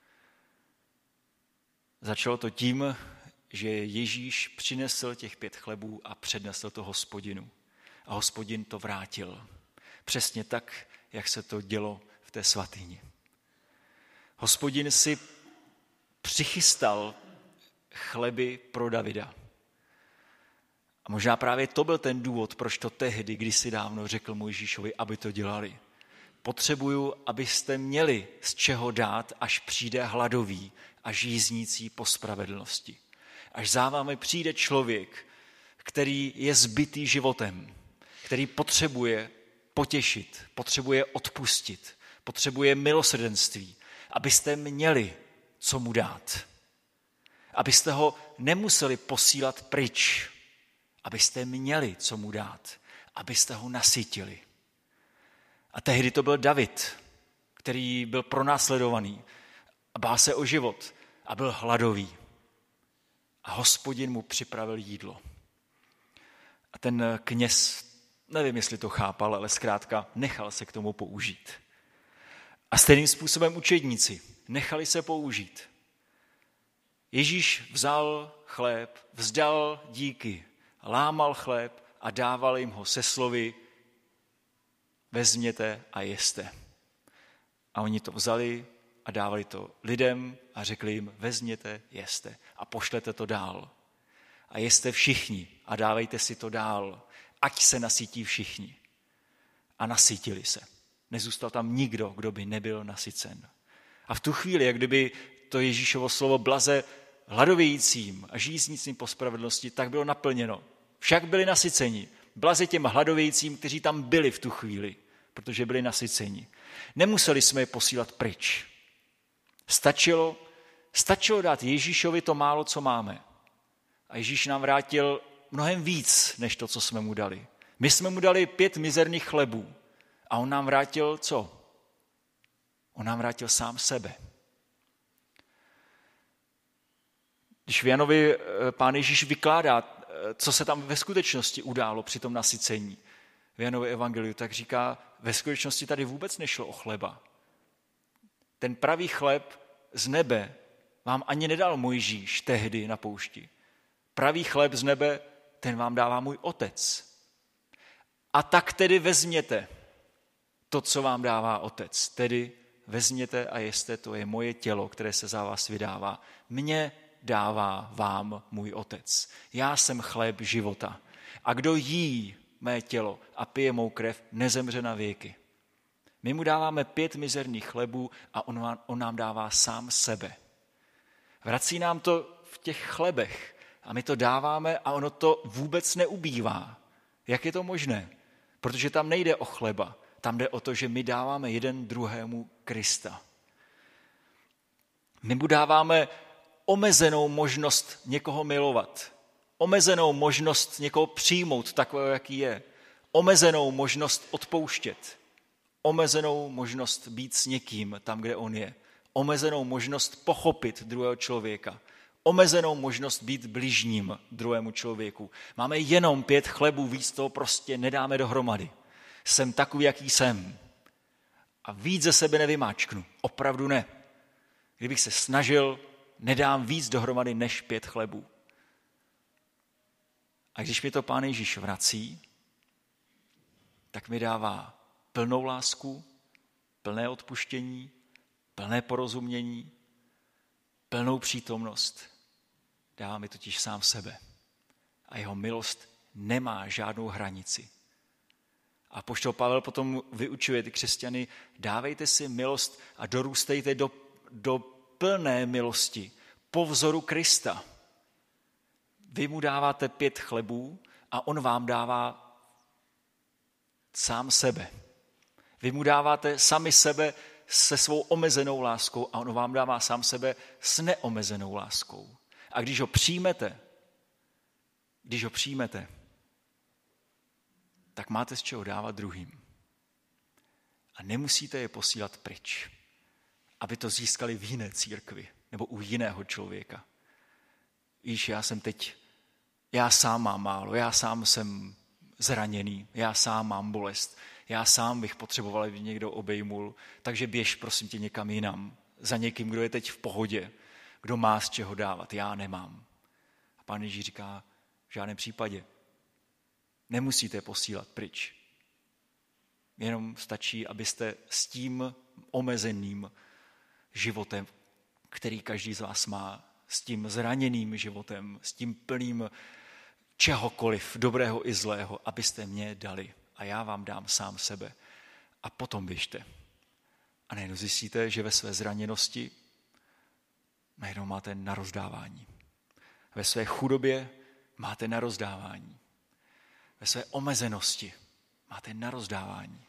[SPEAKER 3] Začalo to tím, že Ježíš přinesl těch 5 chlebů a přednesl to Hospodinu. A Hospodin to vrátil. Přesně tak, jak se to dělo v té svatyni. Hospodin si přichystal chleby pro Davida. A možná právě to byl ten důvod, proč to tehdy, kdysi dávno řekl Mojžíšovi, aby to dělali. Potřebuju, abyste měli z čeho dát, až přijde hladový a žíznící po spravedlnosti. Až za vámi přijde člověk, který je zbitý životem, který potřebuje potěšit, potřebuje odpustit, potřebuje milosrdenství, abyste měli, co mu dát. Abyste ho nemuseli posílat pryč, abyste měli, co mu dát, abyste ho nasytili. A tehdy to byl David, který byl pronásledovaný a bál se o život a byl hladový. A Hospodin mu připravil jídlo. A ten kněz, nevím, jestli to chápal, ale zkrátka nechal se k tomu použít. A stejným způsobem učedníci nechali se použít. Ježíš vzal chléb, vzdal díky, lámal chléb a dával jim ho se slovy vezměte a jeste. A oni to vzali a dávali to lidem a řekli jim vezměte, jeste a pošlete to dál. A jeste všichni a dávejte si to dál, ať se nasytí všichni. A nasytili se. Nezůstal tam nikdo, kdo by nebyl nasycen. A v tu chvíli, jak kdyby to Ježíšovo slovo blaze hladovějícím a žíznícím po spravedlnosti, tak bylo naplněno. Však byli nasyceni. Blaze těm hladovějícím, kteří tam byli v tu chvíli, protože byli nasyceni. Nemuseli jsme je posílat pryč. Stačilo dát Ježíšovi to málo, co máme. A Ježíš nám vrátil mnohem víc, než to, co jsme mu dali. My jsme mu dali 5 mizerných chlebů a on nám vrátil co? On nám vrátil sám sebe. Když v Janovi Pán Ježíš vykládá, co se tam ve skutečnosti událo při tom nasycení v Janově evangeliu, tak říká, ve skutečnosti tady vůbec nešlo o chleba. Ten pravý chléb z nebe vám ani nedal Mojžíš tehdy na poušti. Pravý chléb z nebe, ten vám dává můj otec. A tak tedy vezměte to, co vám dává otec. Tedy vezměte a jeste, to je moje tělo, které se za vás vydává. Mně dává vám můj otec. Já jsem chléb života. A kdo jí mé tělo a pije mou krev, nezemře na věky. My mu dáváme 5 mizerných chlebů a on nám dává sám sebe. Vrací nám to v těch chlebech a my to dáváme a ono to vůbec neubývá. Jak je to možné? Protože tam nejde o chleba, tam jde o to, že my dáváme jeden druhému Krista. My mu dáváme omezenou možnost někoho milovat. omezenou možnost někoho přijmout takového, jaký je, omezenou možnost odpouštět, omezenou možnost být s někým tam, kde on je, omezenou možnost pochopit druhého člověka, omezenou možnost být bližním druhému člověku. Máme jenom 5 chlebů, víc toho prostě nedáme dohromady. Jsem takový, jaký jsem. A víc ze sebe nevymáčknu. Opravdu ne. Kdybych se snažil, nedám víc dohromady než 5 chlebů. A když mi to Pán Ježíš vrací, tak mi dává plnou lásku, plné odpuštění, plné porozumění, plnou přítomnost. Dává mi totiž sám sebe. A jeho milost nemá žádnou hranici. A apoštol Pavel potom vyučuje ty křesťany, dávejte si milost a dorůstejte do plné milosti, po vzoru Krista. Vy mu dáváte 5 chlebů a on vám dává sám sebe. Vy mu dáváte sami sebe se svou omezenou láskou a on vám dává sám sebe s neomezenou láskou. A když ho přijmete, tak máte z čeho dávat druhým. A nemusíte je posílat pryč, aby to získali v jiné církvi nebo u jiného člověka. Víš, já sám mám málo, já sám jsem zraněný, já sám mám bolest, já sám bych potřeboval, aby někdo obejmul, takže běž prosím tě někam jinam, za někým, kdo je teď v pohodě, kdo má z čeho dávat, já nemám. A Pán Ježíš říká, v žádném případě. Nemusíte posílat pryč. Jenom stačí, abyste s tím omezeným životem, který každý z vás má, s tím zraněným životem, s tím plným čehokoliv, dobrého i zlého, abyste mě dali. A já vám dám sám sebe. A potom běžte. A najednou zjistíte, že ve své zraněnosti najednou máte na rozdávání. Ve své chudobě máte na rozdávání. Ve své omezenosti máte na rozdávání.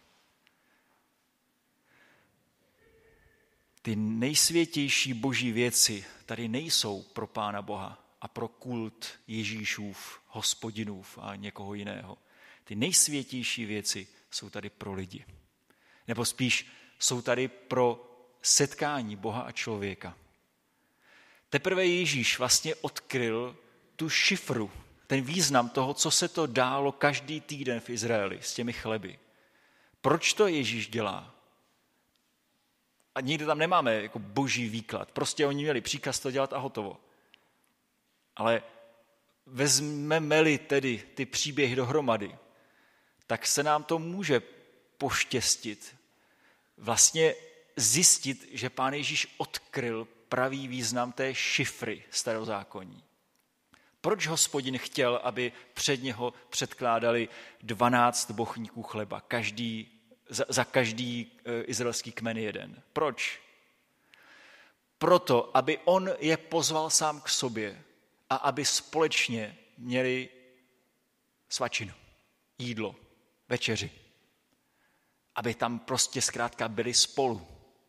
[SPEAKER 3] Ty nejsvětější boží věci tady nejsou pro Pána Boha a pro kult Ježíšův, Hospodinův a někoho jiného. Ty nejsvětější věci jsou tady pro lidi. Nebo spíš jsou tady pro setkání Boha a člověka. Teprve Ježíš vlastně odkryl tu šifru, ten význam toho, co se to dálo každý týden v Izraeli s těmi chleby. Proč to Ježíš dělá? A nikdy tam nemáme jako boží výklad. Prostě oni měli příkaz to dělat a hotovo. Ale vezmeme-li tedy ty příběhy dohromady, tak se nám to může poštěstit. Vlastně zjistit, že Pán Ježíš odkryl pravý význam té šifry starozákonní. Proč Hospodin chtěl, aby před něho předkládali 12 bochníků chleba, za každý izraelský kmen jeden? Proč? Proto, aby on je pozval sám k sobě a aby společně měli svačinu, jídlo, večeři. Aby tam prostě zkrátka byli spolu.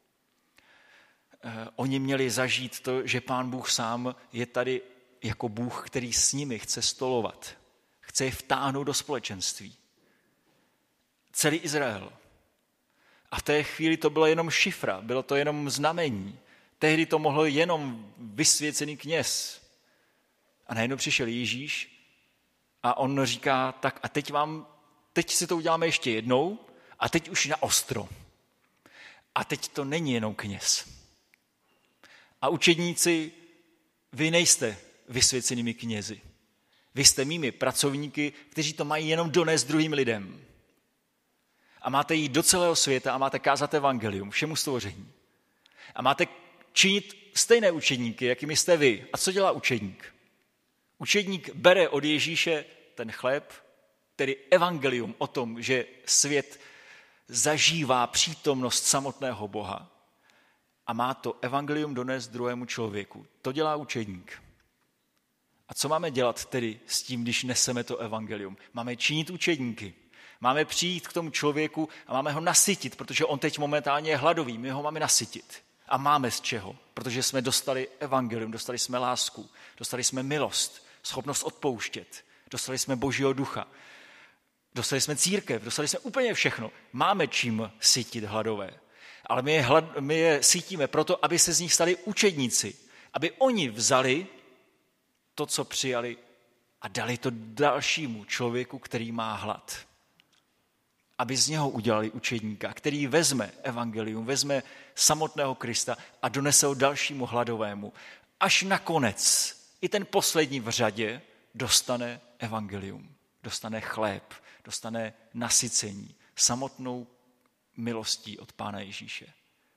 [SPEAKER 3] Oni měli zažít to, že Pán Bůh sám je tady jako Bůh, který s nimi chce stolovat. Chce je vtáhnout do společenství. Celý Izrael. A v té chvíli to bylo jenom šifra, bylo to jenom znamení. Tehdy to mohl jenom vysvěcený kněz. A najednou přišel Ježíš a on říká, tak a teď si to uděláme ještě jednou a teď už na ostro. A teď to není jenom kněz. A učedníci, vy nejste vysvěcenými knězi. Vy jste mými pracovníky, kteří to mají jenom donést druhým lidem. A máte jít do celého světa a máte kázat evangelium všemu stvoření. A máte činit stejné učedníky, jakými jste vy. A co dělá učedník? Učedník bere od Ježíše ten chléb, tedy evangelium o tom, že svět zažívá přítomnost samotného Boha a má to evangelium donést druhému člověku. To dělá učedník. A co máme dělat tedy s tím, když neseme to evangelium? Máme činit učedníky. Máme přijít k tomu člověku a máme ho nasytit, protože on teď momentálně je hladový. My ho máme nasytit. A máme z čeho, protože jsme dostali evangelium, dostali jsme lásku, dostali jsme milost, schopnost odpouštět, dostali jsme Božího ducha, dostali jsme církev, dostali jsme úplně všechno. Máme čím sytit hladové. Ale my je sítíme proto, aby se z nich stali učedníci, aby oni vzali to, co přijali a dali to dalšímu člověku, který má hlad. Aby z něho udělali učedníka, který vezme evangelium, vezme samotného Krista a donese ho dalšímu hladovému. Až nakonec i ten poslední v řadě dostane evangelium, dostane chléb, dostane nasycení samotnou milostí od Pána Ježíše.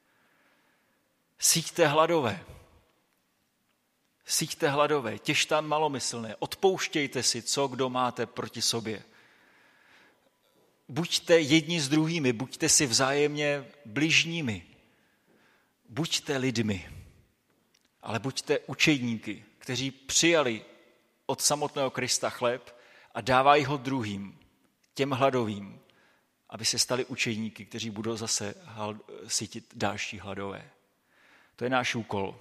[SPEAKER 3] Síťte hladové, těžte malomyslné, odpouštějte si, co kdo máte proti sobě. Buďte jedni s druhými, buďte si vzájemně bližními, buďte lidmi, ale buďte učedníky, kteří přijali od samotného Krista chléb a dávají ho druhým, těm hladovým, aby se stali učedníky, kteří budou zase sytit další hladové. To je náš úkol.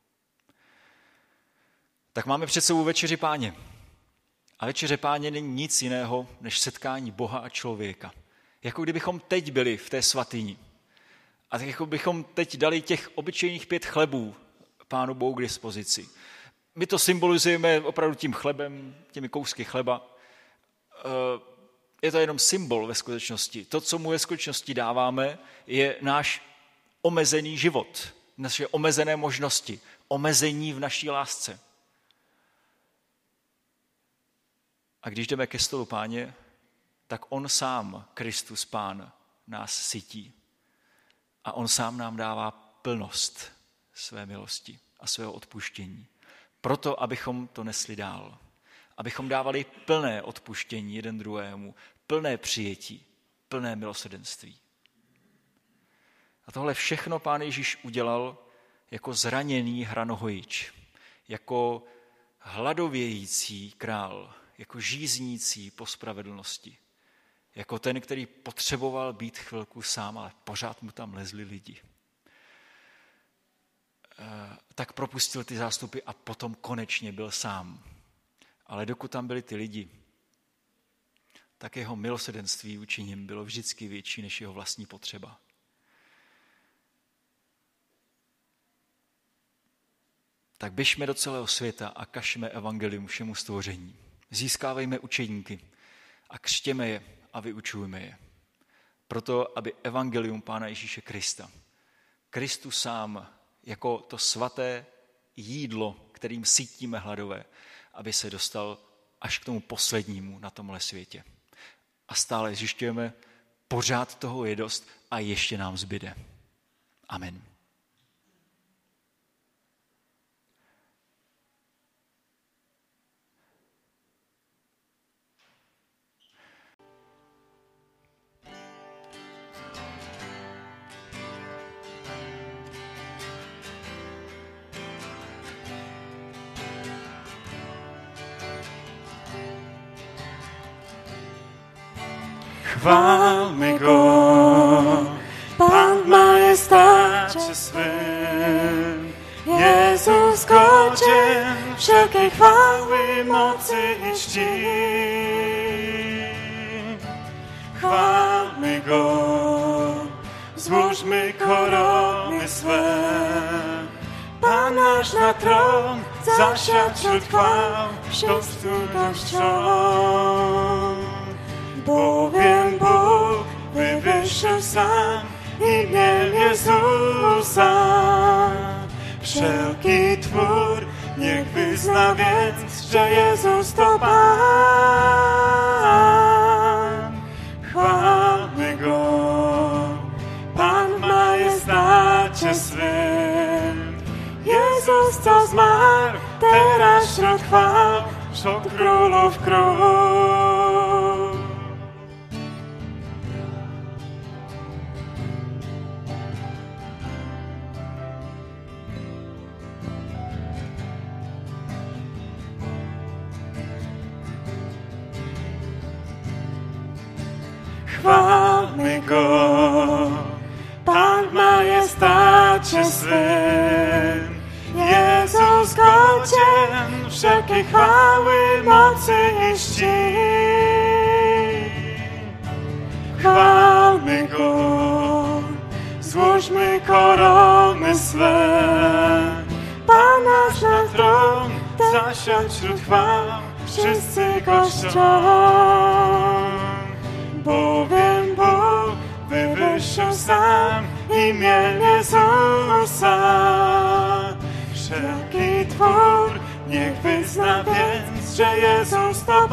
[SPEAKER 3] Tak máme před sebou večeři Páně. A večeře Páně není nic jiného, než setkání Boha a člověka. Jako kdybychom teď byli v té svatyni. A tak jako bychom teď dali těch obyčejných 5 chlebů Pánu Bohu k dispozici. My to symbolizujeme opravdu tím chlebem, těmi kousky chleba. Je to jenom symbol ve skutečnosti. To, co mu ve skutečnosti dáváme, je náš omezený život, naše omezené možnosti, omezení v naší lásce. A když jdeme ke stolu Páně, tak on sám, Kristus Pán, nás sytí. A on sám nám dává plnost své milosti a svého odpuštění. Proto, abychom to nesli dál. Abychom dávali plné odpuštění jeden druhému, plné přijetí, plné milosrdenství. A tohle všechno Pán Ježíš udělal jako zraněný hranohojič, jako hladovějící král, jako žíznící po spravedlnosti, jako ten, který potřeboval být chvilku sám, ale pořád mu tam lezli lidi. Tak propustil ty zástupy a potom konečně byl sám. Ale dokud tam byli ty lidi, tak jeho milosrdenství vůči nim bylo vždycky větší než jeho vlastní potřeba. Tak běžme do celého světa a kažme evangelium všemu stvoření. Získávejme učedníky a křtěme je a vyučujme je. Proto, aby evangelium Pána Ježíše Krista, Kristus sám, jako to svaté jídlo, kterým sytíme hladové, aby se dostal až k tomu poslednímu na tomhle světě. A stále zjišťujeme, pořád toho je dost a ještě nám zbyde. Amen.
[SPEAKER 2] Chválme go, Pán v majestáče svém, Jezus kočen všelké chvály, moci i čtí. Chválme go, zbuřme korony své, Pán náš na trón, zašatřil chvál, všostů košťon. Bowiem Bóg wywyższył sam imię Jezusa. Wszelki twór niech wyzna więc, że Jezus to Pan. Chwalmy Go, Pan w majestacie swym. Jezus, co zmarł, teraz wśród chwał, wśród królów król. Chwalmy Go, Pan w majestacie swym. Jezus godzien wszelkiej chwały moci i štít. Chválme ho, zložme koruny své, Pán náš na trón, zašaču chvál, wszyscy Kościoł. Bowiem Bóg wywyższył sam imię Jezusa. Wszelki twór niech wyzna więc, że Jezus to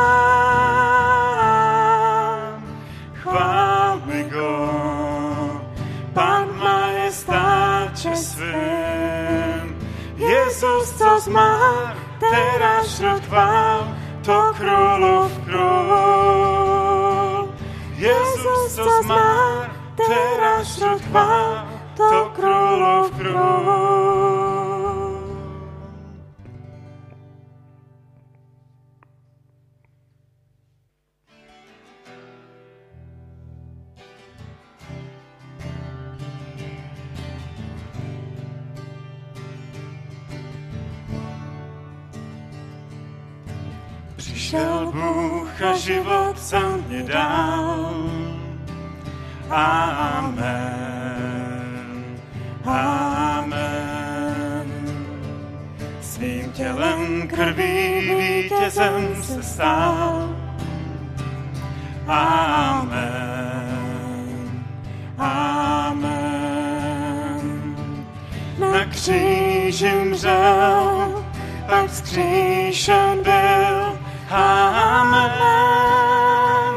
[SPEAKER 2] Pan. Chwalmy Go, Pan w majestacie swym. Jezus, co zmarł, teraz wśród chwał, to królów król. Jezus, co zmarł, teraz wśród chwał, to królów król. Przyszedł Bóg, a żywot za mnie dał. Amen, amen. Svým tělem krví vítězem se stal. Amen, amen. Na kříži mřel, pak vzkříšen byl. Amen,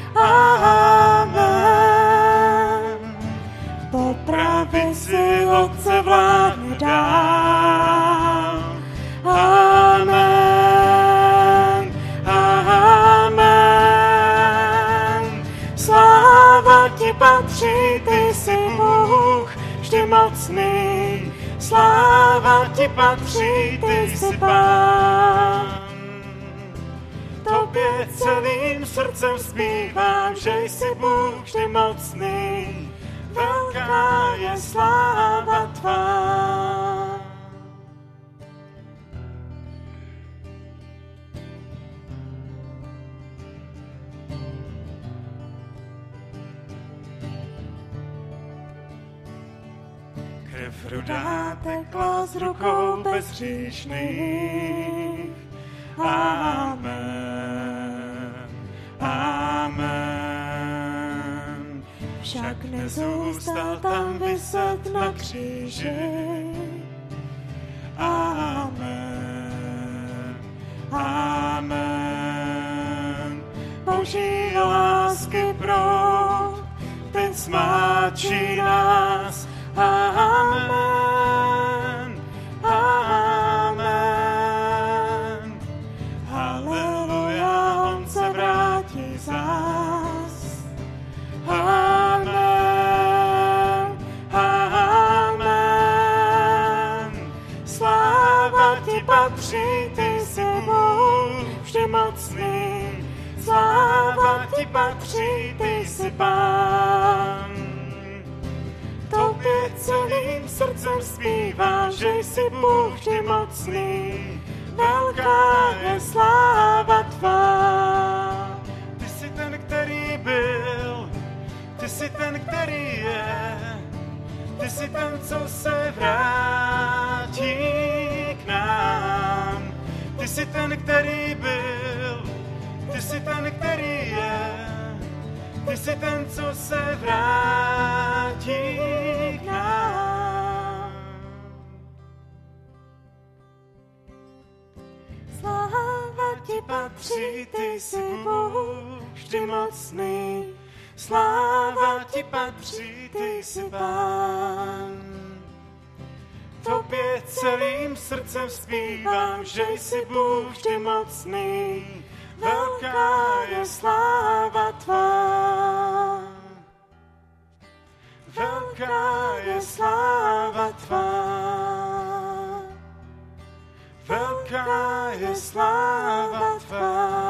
[SPEAKER 2] amen. Po pravici Otce vládne dál. Amen, amen. Sláva ti patří, ty jsi Bůh vždy mocný. Sláva ti patří, ty jsi Pán. Tobě celým srdcem zpívám, že jsi Bůh vždy mocný. Velká je sláva tvá. Krev rudá tekla z rukou bezhříšných. Amen, amen. Však nezůstal tam viset na kříži. Amen, amen. Boží lásky proud, ten smáčí nás. Amen, amen. Haleluja, on se vrátí zás. Amen, amen. Sláva ti patří, ty jsi Bůh vždy mocný. Sláva ti patří, ty jsi Pán. Tobě celým srdcem zpívám, že jsi Bůh vždy mocný. Velká je sláva tvá. Ty jsi ten, který byl, ty jsi ten, který je, ty jsi ten, co se vrátí k nám. Ty jsi ten, který byl, ty jsi ten, který je, ty jsi ten, co se vrátí k nám. Sláva ti patří, ty jsi Bůh vždy mocný. Sláva ti patří, ty jsi Pán. Tobě celým srdcem zpívám, že jsi Bůh vždy mocný. Velká je sláva tvá. Velká je sláva tvá. Velká je sláva tvá.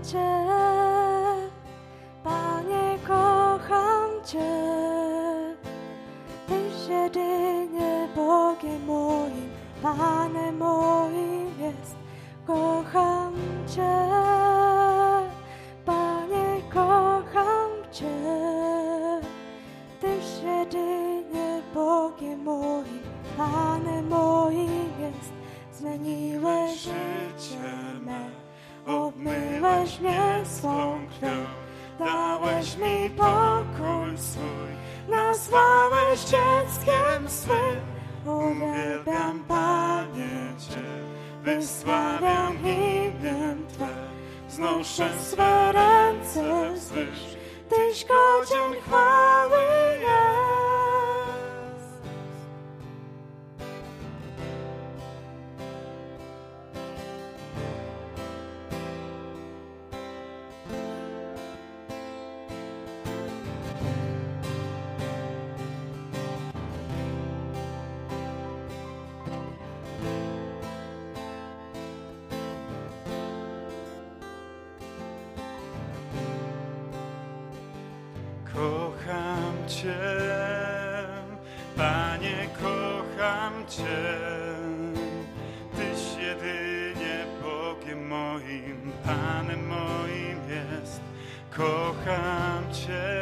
[SPEAKER 4] Cię, Panie, kocham Cię. Tyś jedynie Bogiem moim, Panem moim jest. Kocham Cię, Panie, kocham Cię. Tyś jedynie Bogiem moim, Panem moim jest. Zmieniłeś życie me, obmyłeś mnie swą krwią, dałeś mi pokój swój, nazwałeś dzieckiem swym. Uwielbiam, Panie, Cię, wysławiam imię Twe, wznoszę swe ręce wzwyż, Tyś godzien chwały jest.
[SPEAKER 2] Kocham Cię, Panie, kocham Cię. Tyś jedynie Bogiem moim, Panem moim jest. Kocham Cię,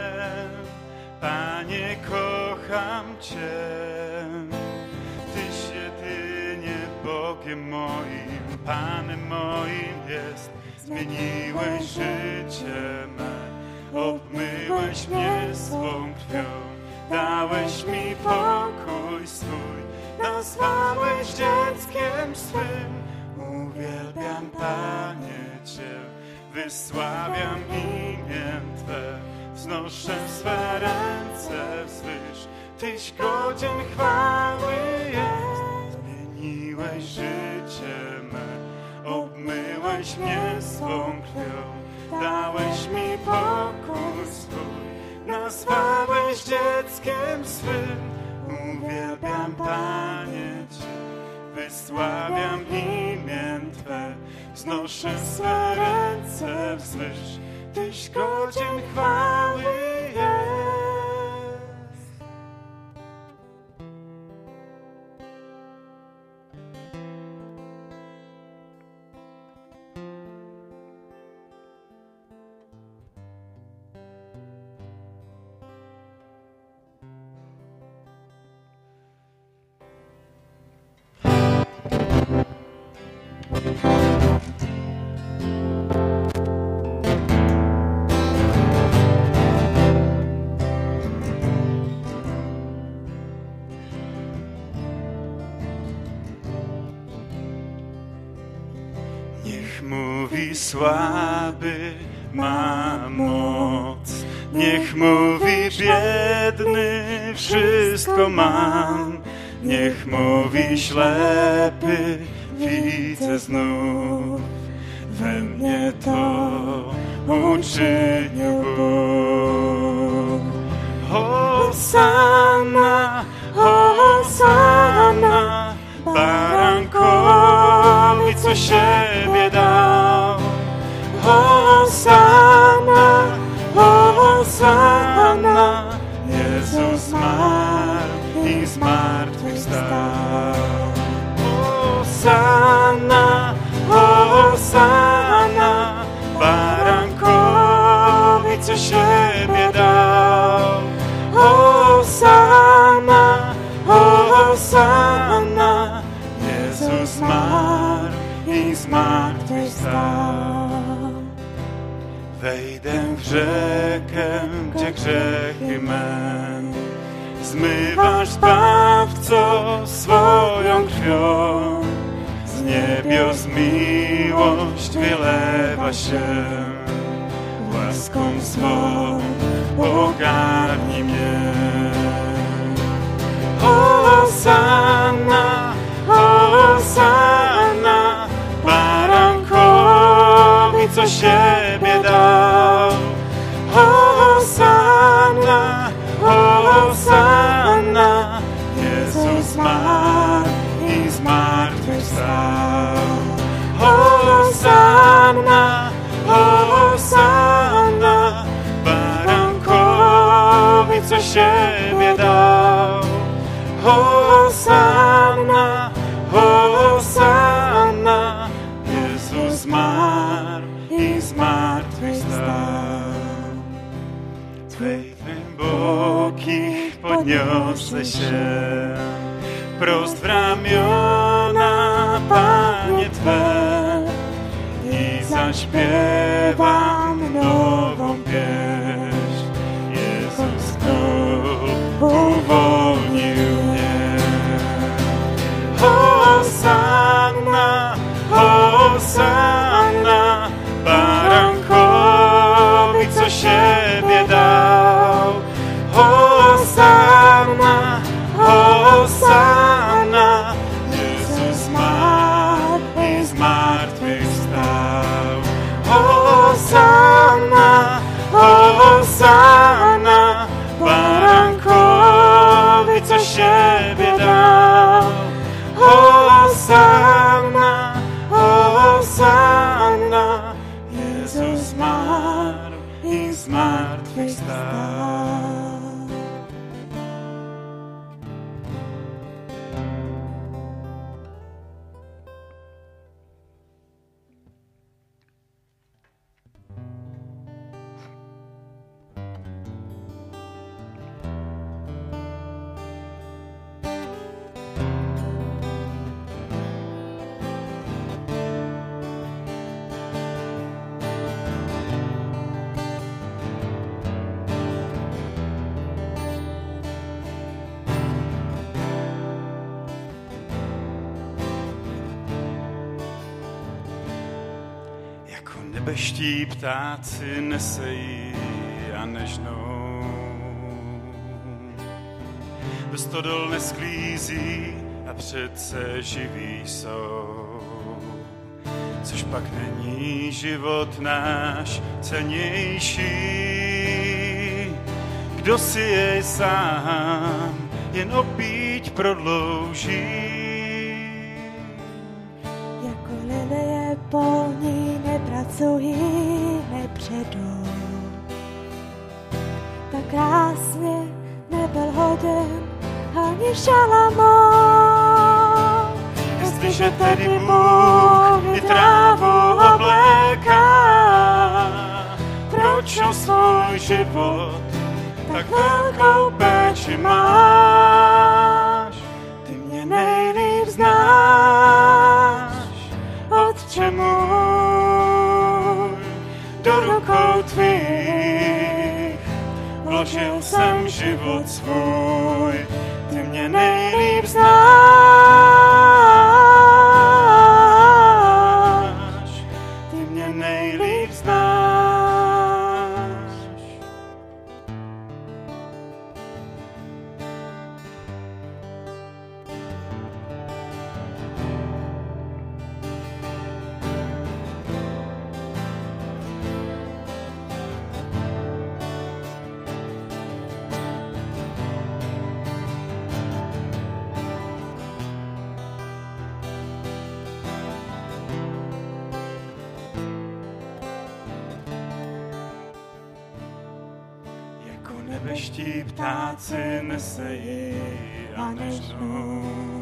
[SPEAKER 2] Panie, kocham Cię. Tyś jedynie Bogiem moim, Panem moim jest. Zmieniłeś życie me, obmyłeś mnie swą krwią, dałeś mi pokój swój, nazwałeś dzieckiem swym. Uwielbiam, Panie, Cię, wysławiam imię Twe, wznoszę swe ręce wzwyż, Tyś godzien chwały jest. Zmieniłeś życie me, obmyłeś mnie swą krwią, dałeś mi pokój swój, nazwałeś dzieckiem swym. Uwielbiam, Panie, Cię, wysławiam imię Twe, wznoszę swe ręce wzwyż, Tyś godzien chwały jest. Niech mówi słaby ma moc, niech mówi biedny wszystko mam, niech mówi ślepy widzę znów, we mnie to uczynił Bóg. Hosanna, Hosanna, barankowi, co siebie dał. Hosanna, Hosanna, Jezus zmarł i zmartwychwstał. Hosanna, Hosanna, barankowi, co siebie dał. Hosanna, Hosanna, Jezus zmarł i zmartwychwstał. Wejdę w rzekę, gdzie grzechy me zmywasz, Zbawco, swoją krwią. Z niebios miłość wylewa się, łaską swą ogarnij mnie. Hosanna, Hosanna, barankowi, co siebie dał. Hosanna, Hosanna, Jezus zmarł i zmartwychwstał. Hosanna, Hosanna, Jezus már i z mŕtvych vstal. Tvej Bůh jich podňos sešel, prost v ramiona, Páně tvé, i zašpěvám novou pěšť. Jezus uvolnil mě. Hosanna, Hosanna, baránkovi, co šebě dal. Hosanna, Hosanna, Jezus már i z mŕtvych vstal. Hosanna, Hosanna, baránkovi, co šebě dal. Hosanna, Hosanna, Jezus már i z mŕtvych vstal. Nebeští ptáci nesejí a nežnou, do stodol nesklízí a přece živí jsou. Což pak není život náš cennější, kdo si jej sám jen opíť prodlouží.
[SPEAKER 4] Jako lilie polní nepracují, nepředou. Tak krásně nebyl hoden ani Šalamón.
[SPEAKER 2] Jestliže tedy Bůh i trávu obléká, proč o svůj život tak velkou péči máš? Ty mě nejlíp znáš, Otče můj, do rukou tvých vložil jsem život svůj. Ty mě nejlíp znáš, ty mě nejlíp znáš. Nebeští ptáci nesejí a nežnou,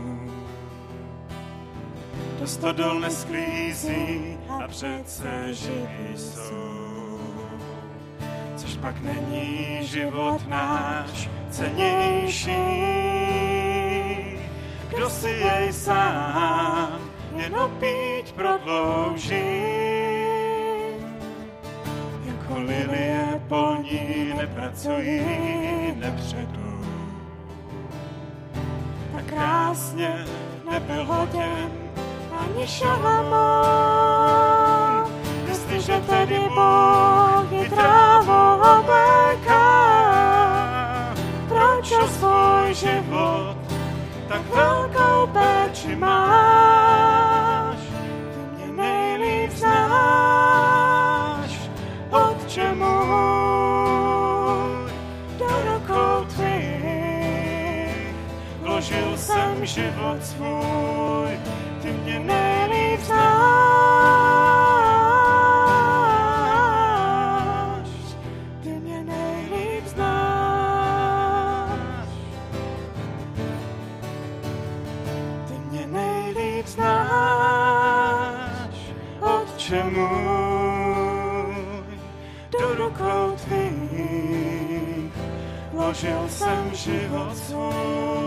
[SPEAKER 2] do stodol nesklízí a přece živí jsou. Což pak není život náš cennější, kdo si jej sám jen opíť prodlouží. Jako lilie polní nepracují, nepředou. Tak krásně nebyl hoden ani Šalamón. Jestliže tedy Bůh i trávu obléká, proč o svůj život tak velkou péči máš? Ty mě nejlíp znáš, Otče můj, do rukou tvých vložil jsem život svůj. Ty mě nejlíp znáš, ty mě nejlíp znáš, ty mě nejlíp znáš. Otče můj, do rukou tvých vložil jsem život svůj.